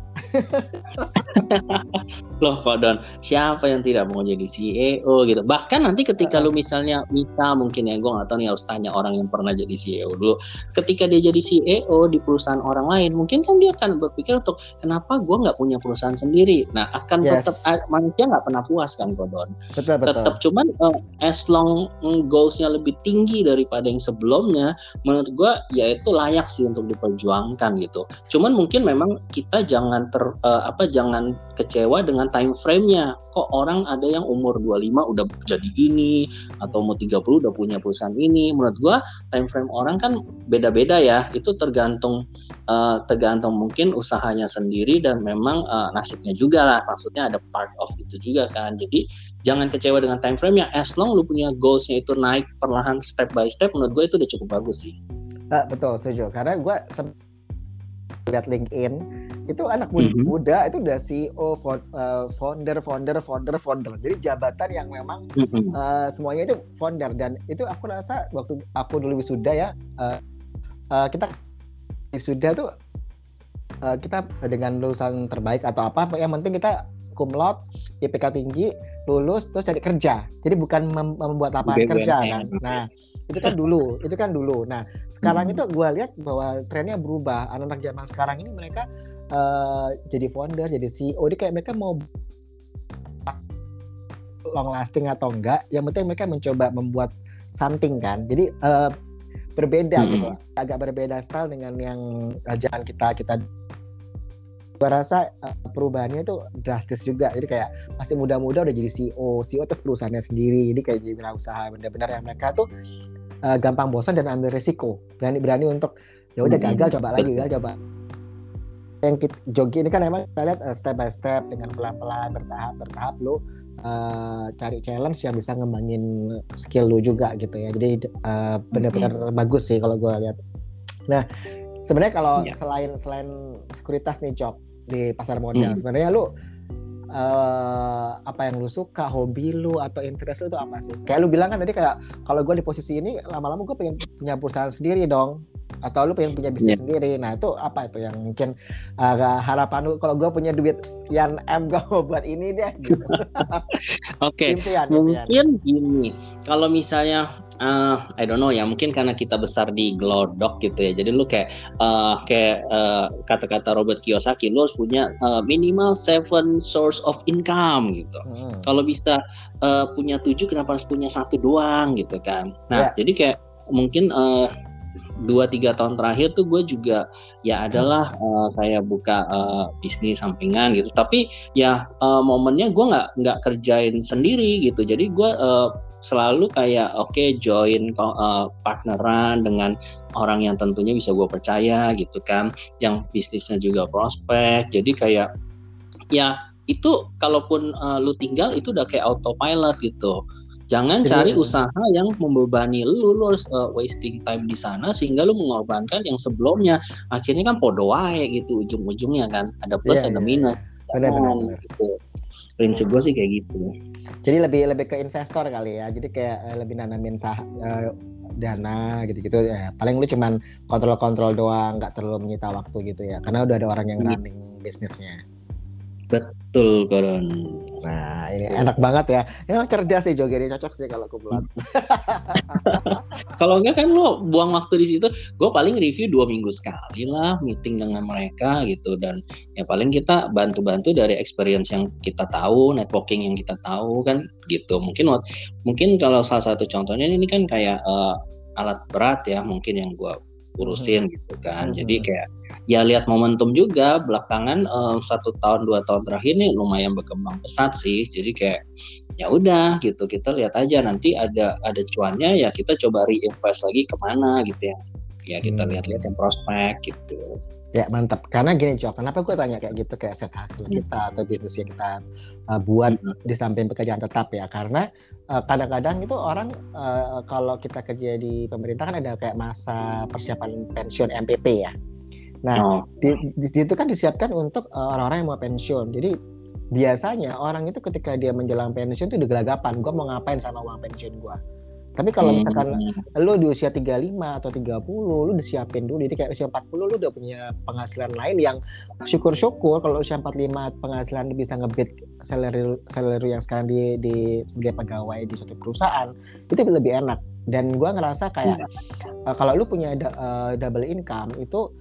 Loh kok Don, siapa yang tidak mau jadi C E O gitu. Bahkan nanti ketika Uh-uh. lu misalnya bisa mungkin ya, gue nggak tahu nih, harus tanya orang yang pernah jadi C E O dulu. Ketika dia jadi C E O di perusahaan orang lain, mungkin kan dia akan berpikir untuk kenapa gue nggak punya perusahaan sendiri. Nah akan Yes. tetap uh, manusia nggak pernah puas kan kok Don. Betul betul. Tetap cuman uh, as long um, goalsnya lebih tinggi daripada yang sebelumnya, menurut gue ya itu layak sih untuk diperjuangkan gitu. Cuman mungkin memang kita jangan ter uh, apa jangan kecewa dengan time frame-nya. Kok orang ada yang umur dua puluh lima udah jadi ini, atau umur tiga puluh udah punya perusahaan ini. Menurut gua time frame orang kan beda-beda ya. Itu tergantung uh, tergantung mungkin usahanya sendiri dan memang uh, nasibnya juga lah. Maksudnya ada part of itu juga kan. Jadi jangan kecewa dengan time frame-nya. As long lu punya goals-nya itu naik perlahan step by step, menurut gua itu udah cukup bagus sih. Uh, betul, setuju. Karena gua se- lihat LinkedIn itu anak muda, mm-hmm. muda itu udah C E O, founder, founder, founder, founder. Jadi jabatan yang memang mm-hmm. uh, semuanya itu founder. Dan itu aku rasa waktu aku dulu wisuda ya, uh, uh, kita wisuda tuh uh, kita dengan lulusan terbaik atau apa, yang penting kita cum laude, I P K tinggi, lulus terus cari kerja. Jadi bukan mem- membuat lapangan kerja kan. Nah itu kan dulu, itu kan dulu. Nah sekarang hmm. itu gue lihat bahwa trennya berubah. Anak-anak zaman sekarang ini mereka uh, jadi founder, jadi C E O. Dia kayak mereka mau long lasting atau enggak, yang penting mereka mencoba membuat something kan. Jadi uh, berbeda hmm. gitu, agak berbeda style dengan yang uh, jangan kita kita. Gue rasa uh, perubahannya itu drastis juga. Jadi kayak masih muda-muda udah jadi C E O, C E O terus perusahaannya sendiri. Jadi kayak jadi wirausaha benar-benar yang mereka tuh Uh, gampang bosan dan ambil resiko, berani-berani untuk ya udah gagal coba lagi, gagal coba. Yang kita, jogi ini kan emang kita lihat uh, step by step dengan pelan-pelan, bertahap bertahap lu uh, cari challenge yang bisa ngembangin skill lu juga gitu ya. Jadi uh, benar-benar mm-hmm. bagus sih kalau gue lihat. Nah sebenarnya kalau yeah. selain selain sekuritas nih Cok di pasar modal, mm-hmm. sebenarnya lu Uh, apa yang lu suka, hobi lu atau interest lu itu apa sih? Kayak lu bilang kan tadi kayak kalau gue di posisi ini lama-lama gue pengen punya perusahaan sendiri dong, atau lu pengen punya bisnis yeah. sendiri. Nah itu apa itu yang mungkin uh, harapan lu kalau gue punya duit sekian M gue mau buat ini deh gitu. Oke, okay. Mungkin gini, kalau misalnya Uh, I don't know ya, mungkin karena kita besar di Glodok gitu ya, jadi lu kayak uh, kayak uh, kata-kata Robert Kiyosaki, lu harus punya uh, minimal seven source of income gitu. Hmm. Kalau bisa uh, punya tujuh, kenapa harus punya satu doang gitu kan? Nah, yeah. jadi kayak mungkin uh, dua tiga tahun terakhir tuh gue juga ya adalah uh, kayak buka uh, bisnis sampingan gitu, tapi ya uh, momennya gue nggak nggak kerjain sendiri gitu, jadi gue uh, selalu kayak oke okay, join uh, partneran dengan orang yang tentunya bisa gue percaya gitu kan, yang bisnisnya juga prospek. Jadi kayak ya itu kalaupun uh, lu tinggal itu udah kayak autopilot gitu. Jangan jadi, cari usaha yang membebani lu, lu harus uh, wasting time di sana sehingga lu mengorbankan yang sebelumnya. Akhirnya kan podo wae gitu ujung-ujungnya kan, ada plus yeah, ada minus. Yeah. Benar-benar gitu. Prinsip gue sih kayak gitu. Jadi lebih lebih ke investor kali ya. Jadi kayak uh, lebih nanamin sah uh, dana gitu-gitu ya. Paling lu cuman kontrol-kontrol doang, nggak terlalu menyita waktu gitu ya. Karena udah ada orang yang running hmm. bisnisnya. Betul, Koron. Nah, ini enak banget ya. Ini emang cerdas sih Jogi, ini cocok sih kalau kumpulan. Kalau enggak kan lo buang waktu di situ. Gue paling review dua minggu sekali lah meeting dengan mereka gitu, dan ya paling kita bantu-bantu dari experience yang kita tahu, networking yang kita tahu kan gitu. Mungkin mungkin kalau salah satu contohnya ini kan kayak uh, alat berat ya, mungkin yang gue urusin hmm. gitu kan. Hmm. Jadi kayak ya lihat momentum juga belakangan um, satu tahun dua tahun terakhir nih lumayan berkembang pesat sih. Jadi kayak ya udah gitu, kita lihat aja nanti ada ada cuannya ya kita coba reinvest lagi kemana gitu ya. Ya kita hmm. lihat-lihat yang prospek gitu. Ya mantap. Karena gini Cok, kenapa gue tanya kayak gitu, kayak set hasil kita atau bisnis yang kita uh, buat hmm. di samping pekerjaan tetap ya. Karena uh, kadang-kadang itu orang uh, kalau kita kerja di pemerintah kan ada kayak masa persiapan pensiun M P P ya. Nah, oh. di, di situ kan disiapkan untuk uh, orang-orang yang mau pensiun. Jadi biasanya orang itu ketika dia menjelang pensiun itu udah gelagapan, gue mau ngapain sama uang pensiun gue. Tapi kalau Hmm. misalkan lu di usia tiga puluh lima atau tiga puluh, lu disiapin dulu. Jadi kayak usia empat puluh lu udah punya penghasilan lain yang syukur-syukur kalau usia empat puluh lima penghasilan lu bisa nge-beat salary salary yang sekarang di di sebagai pegawai di suatu perusahaan, itu lebih enak. Dan gua ngerasa kayak uh, kalau lu punya da- uh, double income itu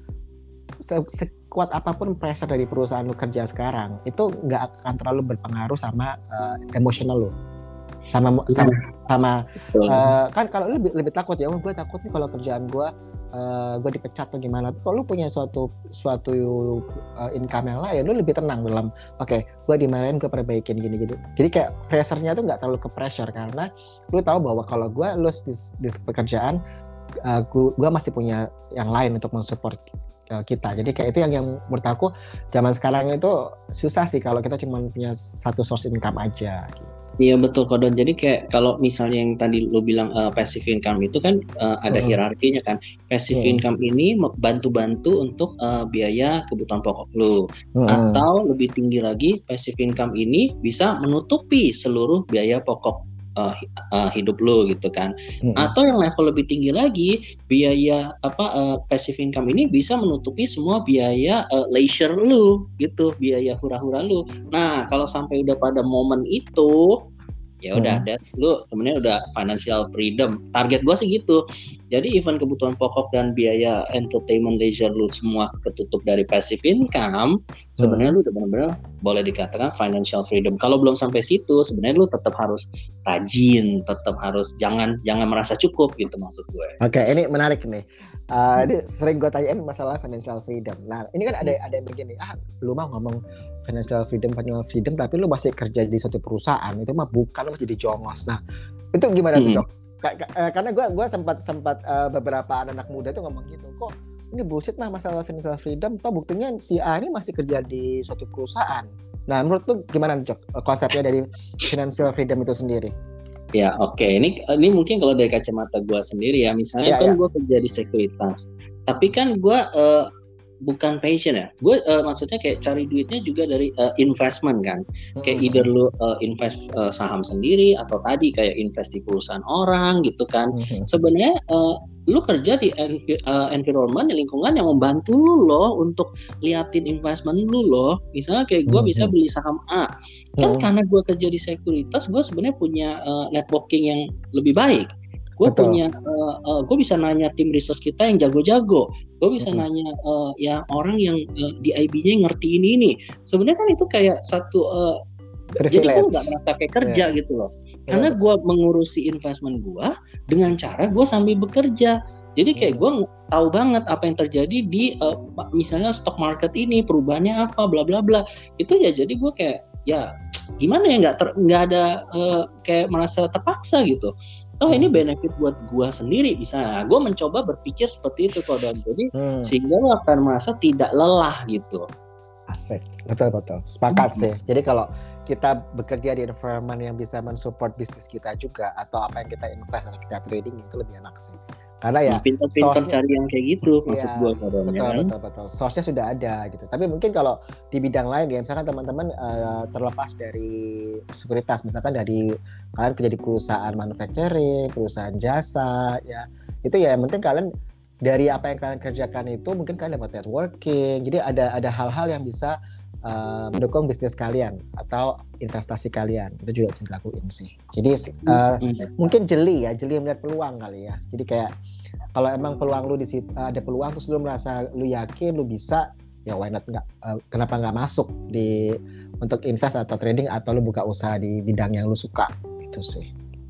se- sekuat apapun pressure dari perusahaan lu kerja sekarang, itu nggak akan terlalu berpengaruh sama uh, emosional lu. Sama sama sama uh, kan kalau lu lebih, lebih takut ya, oh gue takut nih kalau kerjaan gue uh, gue dipecat atau gimana. Tapi kalau lu punya suatu suatu uh, income yang lain, lu lebih tenang dalam oke, okay, gue dimarahin, gue perbaikin gini gitu. Jadi kayak pressure-nya tuh nggak terlalu ke pressure karena lu tahu bahwa kalau gue lulus di, di pekerjaan, uh, gue masih punya yang lain untuk mensupport uh, kita. Jadi kayak itu yang yang menurut aku zaman sekarang itu susah sih kalau kita cuma punya satu source income aja gitu. Iya betul Kodon. Jadi kayak kalau misalnya yang tadi lo bilang uh, passive income itu kan uh, ada uh-huh. hierarkinya kan. Passive uh-huh. income ini bantu-bantu untuk uh, biaya kebutuhan pokok lo. Uh-huh. Atau lebih tinggi lagi, passive income ini bisa menutupi seluruh biaya pokok uh, uh, hidup lo gitu kan. Uh-huh. Atau yang level lebih tinggi lagi, biaya apa uh, passive income ini bisa menutupi semua biaya uh, leisure lo gitu, biaya hura-hura lo. Nah, kalau sampai udah pada momen itu ya udah, hmm. that's lu sebenarnya udah financial freedom. Target gue sih gitu. Jadi even kebutuhan pokok dan biaya entertainment leisure lu semua ketutup dari passive income, sebenarnya hmm. lu udah benar-benar boleh dikatakan financial freedom. Kalau belum sampai situ, sebenarnya lu tetap harus rajin, tetap harus jangan jangan merasa cukup gitu maksud gue. Oke, okay, ini menarik nih. Uh, ini sering gue tanyain masalah financial freedom. Nah, ini kan ada ada yang begini, ah, lu mau ngomong financial freedom, financial freedom, tapi lu masih kerja di suatu perusahaan, itu mah bukan, lu masih jadi jongos. Nah, itu gimana hmm. tuh, Jok? Karena gue gue sempat sempat uh, beberapa anak muda tuh ngomong gitu, kok ini bullshit mah masalah financial freedom, toh buktinya si A ini masih kerja di suatu perusahaan. Nah, menurut lu gimana, Jok, konsepnya dari financial freedom itu sendiri? Ya oke, okay. ini ini mungkin kalau dari kacamata gue sendiri ya, misalnya ya, kan ya. gue kerja di sekuritas, tapi kan gue uh, bukan passion ya, gue uh, maksudnya kayak cari duitnya juga dari uh, investment kan, hmm. kayak either lu uh, invest uh, saham sendiri atau tadi kayak invest di perusahaan orang gitu kan. Hmm. Sebenarnya uh, lu kerja di env- uh, environment, lingkungan yang membantu lu loh untuk liatin investment lu loh. Misalnya kayak gue hmm. bisa beli saham A, kan hmm. karena gue kerja di sekuritas, gue sebenarnya punya uh, networking yang lebih baik. Gue punya, uh, uh, gue bisa nanya tim research kita yang jago-jago. Gue bisa hmm. nanya uh, ya orang yang uh, di I B-nya ngerti ini ini. Sebenarnya kan itu kayak satu, uh, jadi gue nggak merasa kayak kerja yeah. gitu loh. Karena gue mengurusi investment gue dengan cara gue sambil bekerja. Jadi kayak gue tahu banget apa yang terjadi di uh, misalnya stock market ini, perubahannya apa, bla bla bla. Itu ya jadi gue kayak ya gimana ya nggak ter, nggak ada uh, kayak merasa terpaksa gitu. Oh ini benefit buat gue sendiri bisa. Gue mencoba berpikir seperti itu kok, dan jadi hmm. sehingga lo akan merasa tidak lelah gitu. Asik, betul betul. Sepakat hmm. sih. Jadi kalau kita bekerja di environment yang bisa mensupport bisnis kita juga, atau apa yang kita invest atau kita trading, itu lebih enak sih. Karena ya pintar-pintar cari yang kayak gitu, maksud ya, gue betul, betul, betul, betul. Source-nya sudah ada gitu. Tapi mungkin kalau di bidang lain ya, misalkan teman-teman uh, terlepas dari sekuritas, misalkan dari kalian kerja di perusahaan manufacturing, perusahaan jasa, ya itu ya yang penting kalian dari apa yang kalian kerjakan itu mungkin kalian dapat networking. Jadi ada ada hal-hal yang bisa uh, mendukung bisnis kalian atau investasi kalian, itu juga bisa dilakuin sih. Jadi uh, mm-hmm. mungkin jeli ya, jeli melihat peluang kali ya. Jadi kayak kalau emang peluang lu di situ, ada peluang terus lu merasa lu yakin lu bisa, ya why not nggak? Uh, kenapa nggak masuk di untuk invest atau trading atau lu buka usaha di bidang yang lu suka, itu sih.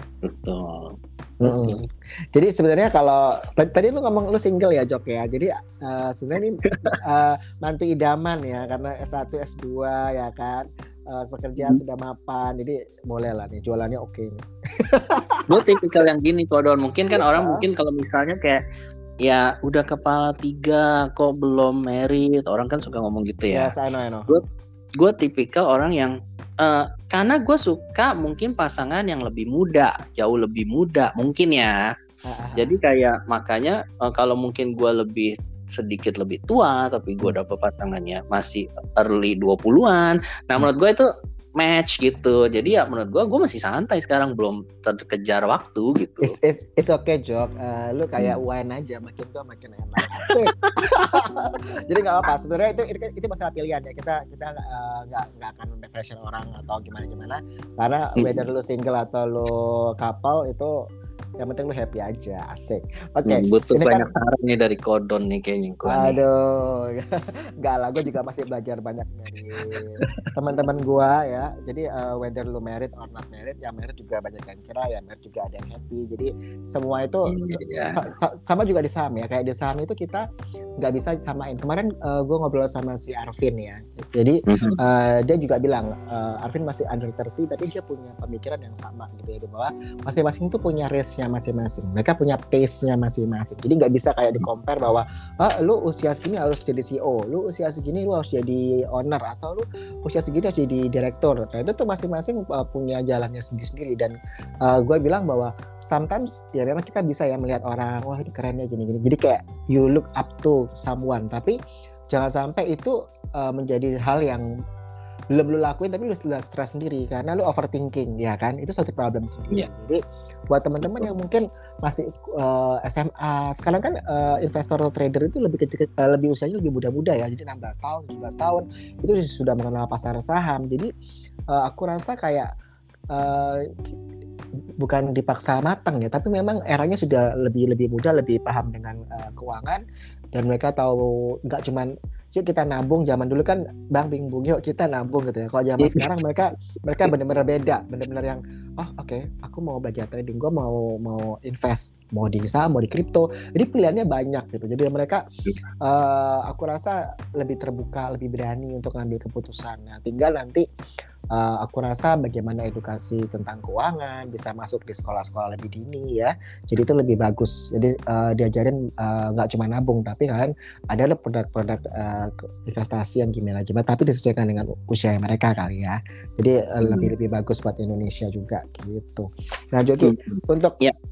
Betul. Mm-hmm. Jadi sebenarnya kalau tadi lu ngomong lu single ya, Jok ya. Jadi uh, sebenarnya ini uh, mantu idaman ya, karena S satu S dua ya kan. Uh, pekerjaan hmm. sudah mapan, jadi boleh lah nih jualannya oke okay nih. Gue tipikal yang gini Kodon, mungkin kan ya. Orang mungkin kalau misalnya kayak ya udah kepala tiga kok belum married, orang kan suka ngomong gitu ya. Yes, I know, I know. Gue gue tipikal orang yang uh, karena gue suka mungkin pasangan yang lebih muda, jauh lebih muda mungkin ya. Uh-huh. Jadi kayak makanya uh, kalau mungkin gue lebih sedikit lebih tua tapi gue dapet pasangannya masih early dua puluhan. Nah menurut gue itu match gitu. Jadi ya menurut gue, gue masih santai sekarang, belum terkejar waktu gitu. It's, it's, it's okay Jok, uh, lu kayak hmm. wine aja, makin tua makin enak. Jadi nggak apa-apa. Sebenarnya itu, itu itu masalah pilihan ya. Kita kita nggak uh, nggak akan pressure orang atau gimana gimana. Karena hmm. whether lu single atau lu couple itu yang penting lu happy aja, asik. Oke. Okay. Hmm, butuh ini banyak kan, saran nih dari Kodon nih kayaknya. Aduh, nggak lah, gue juga masih belajar banyak dari teman-teman gue ya. Jadi uh, whether lu married or not married, yang married juga banyak yang cerai, yang married juga ada yang happy. Jadi semua itu yeah. sa- sa- sama juga di saham ya. Kayak di saham itu kita nggak bisa samain. Kemarin uh, gue ngobrol sama si Arvin ya. Jadi mm-hmm. uh, dia juga bilang uh, Arvin masih under tiga puluh tapi dia punya pemikiran yang sama gitu ya, bahwa masing-masing tuh punya risk-nya masing-masing. Mereka punya pace-nya masing-masing. Jadi nggak bisa kayak di-compare bahwa ah, lu usia segini harus jadi C E O, lu usia segini lu harus jadi owner, atau lu usia segini harus jadi direktur. Nah itu tuh masing-masing uh, punya jalannya sendiri-sendiri. Dan uh, gue bilang bahwa sometimes ya memang kita bisa ya melihat orang, wah ini kerennya gini-gini. Jadi kayak you look up to someone, tapi jangan sampai itu uh, menjadi hal yang belum lu lakuin tapi lu stres sendiri karena lu overthinking, ya kan? Itu suatu problem sendiri. Yeah. Jadi buat teman-teman yang mungkin masih uh, S M A, sekarang kan uh, investor trader itu lebih kecil, uh, lebih usianya lebih muda-muda ya, jadi enam belas tahun, tujuh belas tahun itu sudah mengenal pasar saham. Jadi uh, aku rasa kayak uh, bukan dipaksa matang ya, tapi memang eranya sudah lebih lebih muda, lebih paham dengan uh, keuangan, dan mereka tahu nggak cuman yuk kita nabung. Zaman dulu kan bang bingung yuk kita nabung gitu ya. Kalau zaman sekarang mereka mereka benar-benar beda, benar-benar yang oh oke okay, aku mau belajar trading, gue mau mau invest, mau di saham, mau di kripto. Jadi pilihannya banyak gitu. Jadi mereka uh, aku rasa lebih terbuka, lebih berani untuk ngambil keputusan. Nah tinggal nanti Uh, aku rasa bagaimana edukasi tentang keuangan bisa masuk di sekolah-sekolah lebih dini ya. Jadi itu lebih bagus. Jadi uh, diajarin nggak uh, cuma nabung, tapi kalian ada produk-produk uh, investasi yang gimana gimana, tapi disesuaikan dengan usia mereka kali ya. Jadi uh, hmm. lebih lebih bagus buat Indonesia juga gitu. Nah Joki, hmm. untuk yeah.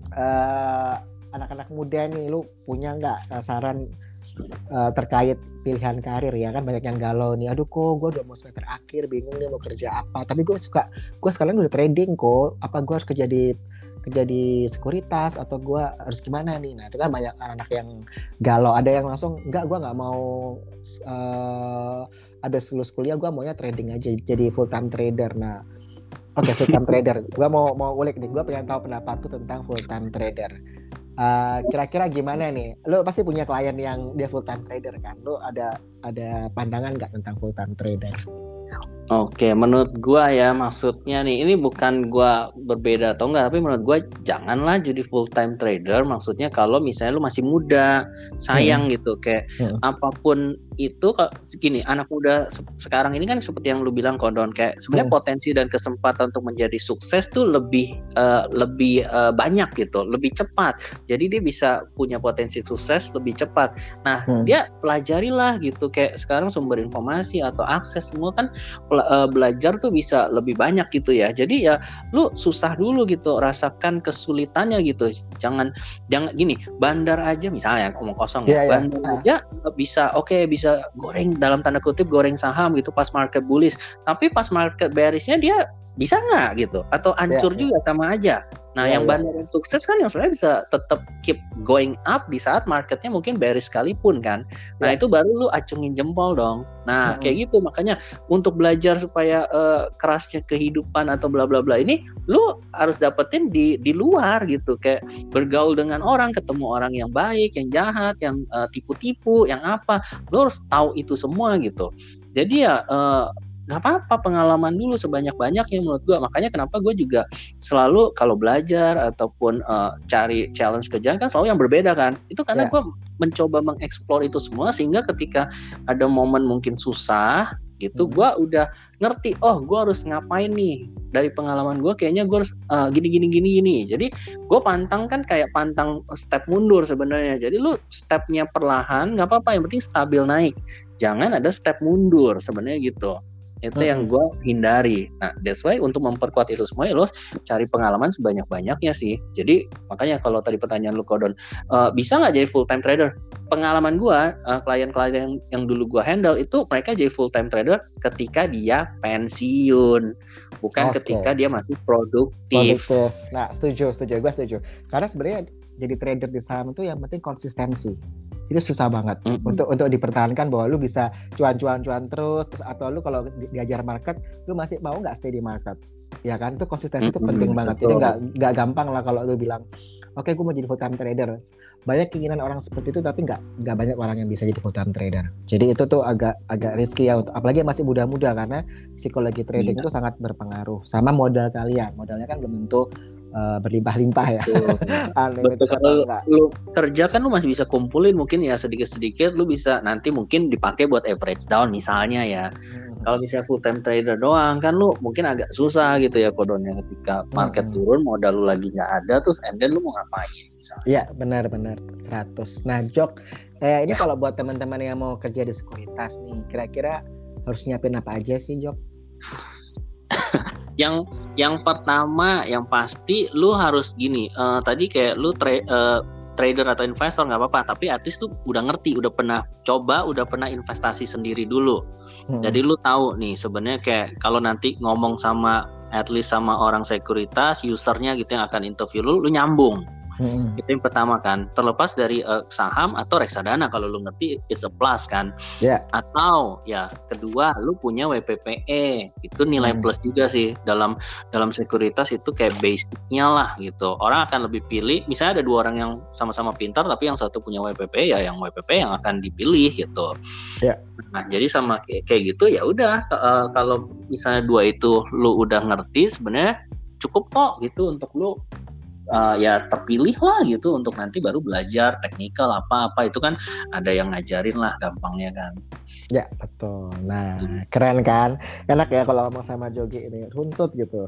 uh, anak-anak muda nih, lu punya nggak uh, saran Uh, terkait pilihan karir ya kan? Banyak yang galau nih, aduh kok gue udah mau semester akhir bingung nih mau kerja apa, tapi gue suka gue sekarang udah trading kok, apa gue harus kerja di kerja di sekuritas atau gue harus gimana nih? Nah itu kan banyak anak yang galau. Ada yang langsung enggak, gue nggak mau uh, abis lulus kuliah gue maunya trading aja, jadi full time trader. Nah oke okay, full time trader, gue mau mau ulik nih, gue pengen tahu pendapat tuh tentang full time trader. Uh, kira-kira gimana nih? Lo pasti punya klien yang dia full time trader kan? Lo ada ada pandangan nggak tentang full time trader? Oke, menurut gua ya, maksudnya nih, ini bukan gua berbeda atau enggak, tapi menurut gua janganlah jadi full time trader. Maksudnya kalau misalnya lu masih muda, sayang hmm. gitu, kayak hmm. apapun itu, gini, anak muda sekarang ini kan seperti yang lu bilang Kodon, kayak sebenarnya hmm. potensi dan kesempatan untuk menjadi sukses tuh lebih uh, lebih uh, banyak gitu, lebih cepat. Jadi dia bisa punya potensi sukses lebih cepat. Nah, hmm. dia pelajarilah gitu, kayak sekarang sumber informasi atau akses semua kan belajar tuh bisa lebih banyak gitu ya. Jadi ya lu susah dulu gitu, rasakan kesulitannya gitu. Jangan jangan gini, bandar aja misalnya ngomong kosong ya. Yeah, bandar yeah. aja bisa oke okay, bisa goreng dalam tanda kutip goreng saham gitu pas market bullish. Tapi pas market bearishnya dia bisa nggak gitu, atau hancur yeah, juga yeah. sama aja. Nah yeah, yang bandar yeah. yang sukses kan yang sebenarnya bisa tetap keep going up di saat marketnya mungkin bearish sekalipun kan. Nah yeah. itu baru lu acungin jempol dong. Nah mm-hmm. kayak gitu, makanya untuk belajar supaya uh, kerasnya kehidupan atau bla bla bla ini lu harus dapetin di di luar gitu, kayak bergaul dengan orang, ketemu orang yang baik, yang jahat, yang uh, tipu-tipu, yang apa, lu harus tahu itu semua gitu. Jadi ya uh, nggak apa-apa pengalaman dulu sebanyak-banyaknya menurut gue. Makanya kenapa gue juga selalu kalau belajar ataupun uh, cari challenge kerjaan kan selalu yang berbeda kan. Itu karena yeah. gue mencoba mengeksplor itu semua, sehingga ketika ada momen mungkin susah gitu, hmm. gue udah ngerti, oh gue harus ngapain nih. Dari pengalaman gue kayaknya gue harus uh, gini-gini gini. Jadi gue pantang kan kayak pantang step mundur sebenarnya. Jadi lu stepnya perlahan nggak apa-apa, yang penting stabil naik. Jangan ada step mundur sebenarnya gitu. Itu hmm. yang gue hindari. Nah, that's why untuk memperkuat itu semua, ya lo cari pengalaman sebanyak-banyaknya sih. Jadi makanya kalau tadi pertanyaan lu Kodon, uh, bisa nggak jadi full time trader? Pengalaman gue, uh, klien-klien yang, yang dulu gue handle itu mereka jadi full time trader ketika dia pensiun, bukan okay. ketika dia masih produktif. produktif. Nah, setuju, setuju, gue setuju. Karena sebenarnya jadi trader di saham itu yang penting konsistensi. Itu susah banget mm-hmm. untuk untuk dipertahankan bahwa lu bisa cuan-cuan-cuan terus, terus atau lu kalau di, diajar market lu masih mau nggak stay di market, ya kan? Itu konsistensi itu mm-hmm. penting banget. Jadi nggak nggak gampang lah kalau lu bilang oke okay, gue mau jadi full time trader. Banyak keinginan orang seperti itu tapi nggak nggak banyak orang yang bisa jadi full time trader. Jadi itu tuh agak agak risky ya, apalagi masih muda-muda, karena psikologi trading itu sangat berpengaruh sama modal kalian. Modalnya kan belum tentu Uh, berlimpah-limpah ya. Betul. Kalau lu kerja kan lu masih bisa kumpulin mungkin ya sedikit-sedikit, lu bisa nanti mungkin dipakai buat average down misalnya ya. Hmm. Kalau misalnya full time trader doang kan lu mungkin agak susah gitu ya Kodonnya, ketika market hmm. turun modal lu lagi nggak ada, terus and then lu mau ngapain misalnya. Iya benar-benar seratus. Nah Jok, eh, ini ya. Kalau buat teman-teman yang mau kerja di sekuritas nih, kira-kira harus nyiapin apa aja sih Jok? yang yang pertama yang pasti lu harus gini, uh, tadi kayak lu tra- uh, trader atau investor nggak apa-apa, tapi at least lu udah ngerti, udah pernah coba, udah pernah investasi sendiri dulu. Hmm. Jadi lu tahu nih sebenarnya kayak kalau nanti ngomong sama at least sama orang sekuritas, usernya gitu yang akan interview lu, lu nyambung. Hmm. Itu yang pertama kan, terlepas dari uh, saham atau reksadana, kalau lu ngerti it's a plus kan. Yeah. Atau ya kedua lu punya W P P E, itu nilai hmm. plus juga sih dalam dalam sekuritas, itu kayak basicnya lah gitu. Orang akan lebih pilih, misalnya ada dua orang yang sama-sama pintar tapi yang satu punya W P P E, ya yang W P P E yang akan dipilih gitu. Yeah. Nah jadi sama kayak, kayak gitu ya udah, uh, kalau misalnya dua itu lu udah ngerti, sebenarnya cukup kok gitu untuk lu Uh, ya terpilih lah gitu, untuk nanti baru belajar teknikal apa-apa itu kan ada yang ngajarin lah gampangnya kan. Ya betul. Nah hmm. keren kan, enak ya kalau ngomong sama Jogi ini, runtut gitu.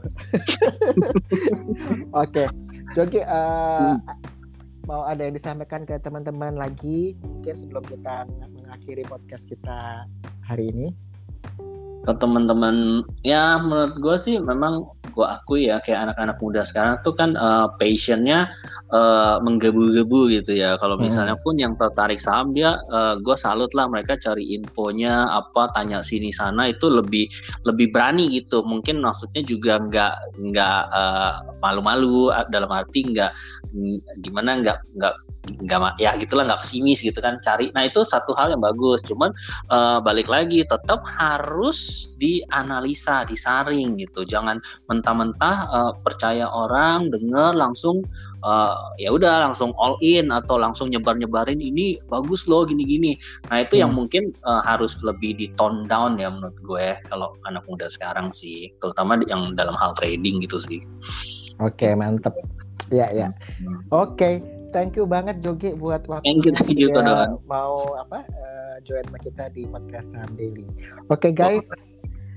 Oke okay. Jogi, uh, hmm. mau ada yang disampaikan ke teman-teman lagi mungkin sebelum kita mengakhiri podcast kita hari ini? Ke teman-teman ya, menurut gue sih memang gue akui ya, kayak anak-anak muda sekarang tuh kan uh, passionnya uh, menggebu-gebu gitu ya. Kalau misalnya pun yang tertarik saham, dia uh, gue salut lah, mereka cari infonya apa, tanya sini sana, itu lebih lebih berani gitu. Mungkin maksudnya juga nggak nggak uh, malu-malu, dalam arti nggak gimana nggak nggak nggak ya gitulah, nggak pesimis gitu kan, cari. Nah itu satu hal yang bagus, cuman uh, balik lagi tetap harus dianalisa, disaring gitu. Jangan mentah-mentah uh, percaya orang, dengar langsung uh, ya udah langsung all in atau langsung nyebar-nyebarin ini bagus loh gini-gini. Nah itu hmm. yang mungkin uh, harus lebih di tone down ya menurut gue kalau anak muda sekarang sih, terutama yang dalam hal trading gitu sih. Oke, mantep. Ya ya. Hmm. Oke. Thank you banget Jogi buat waktunya dia mau apa uh, join sama kita di podcast Saham Daily. Oke okay, guys,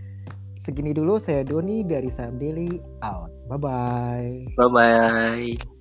segini dulu, saya Doni dari Saham Daily, out. Bye bye. Bye bye.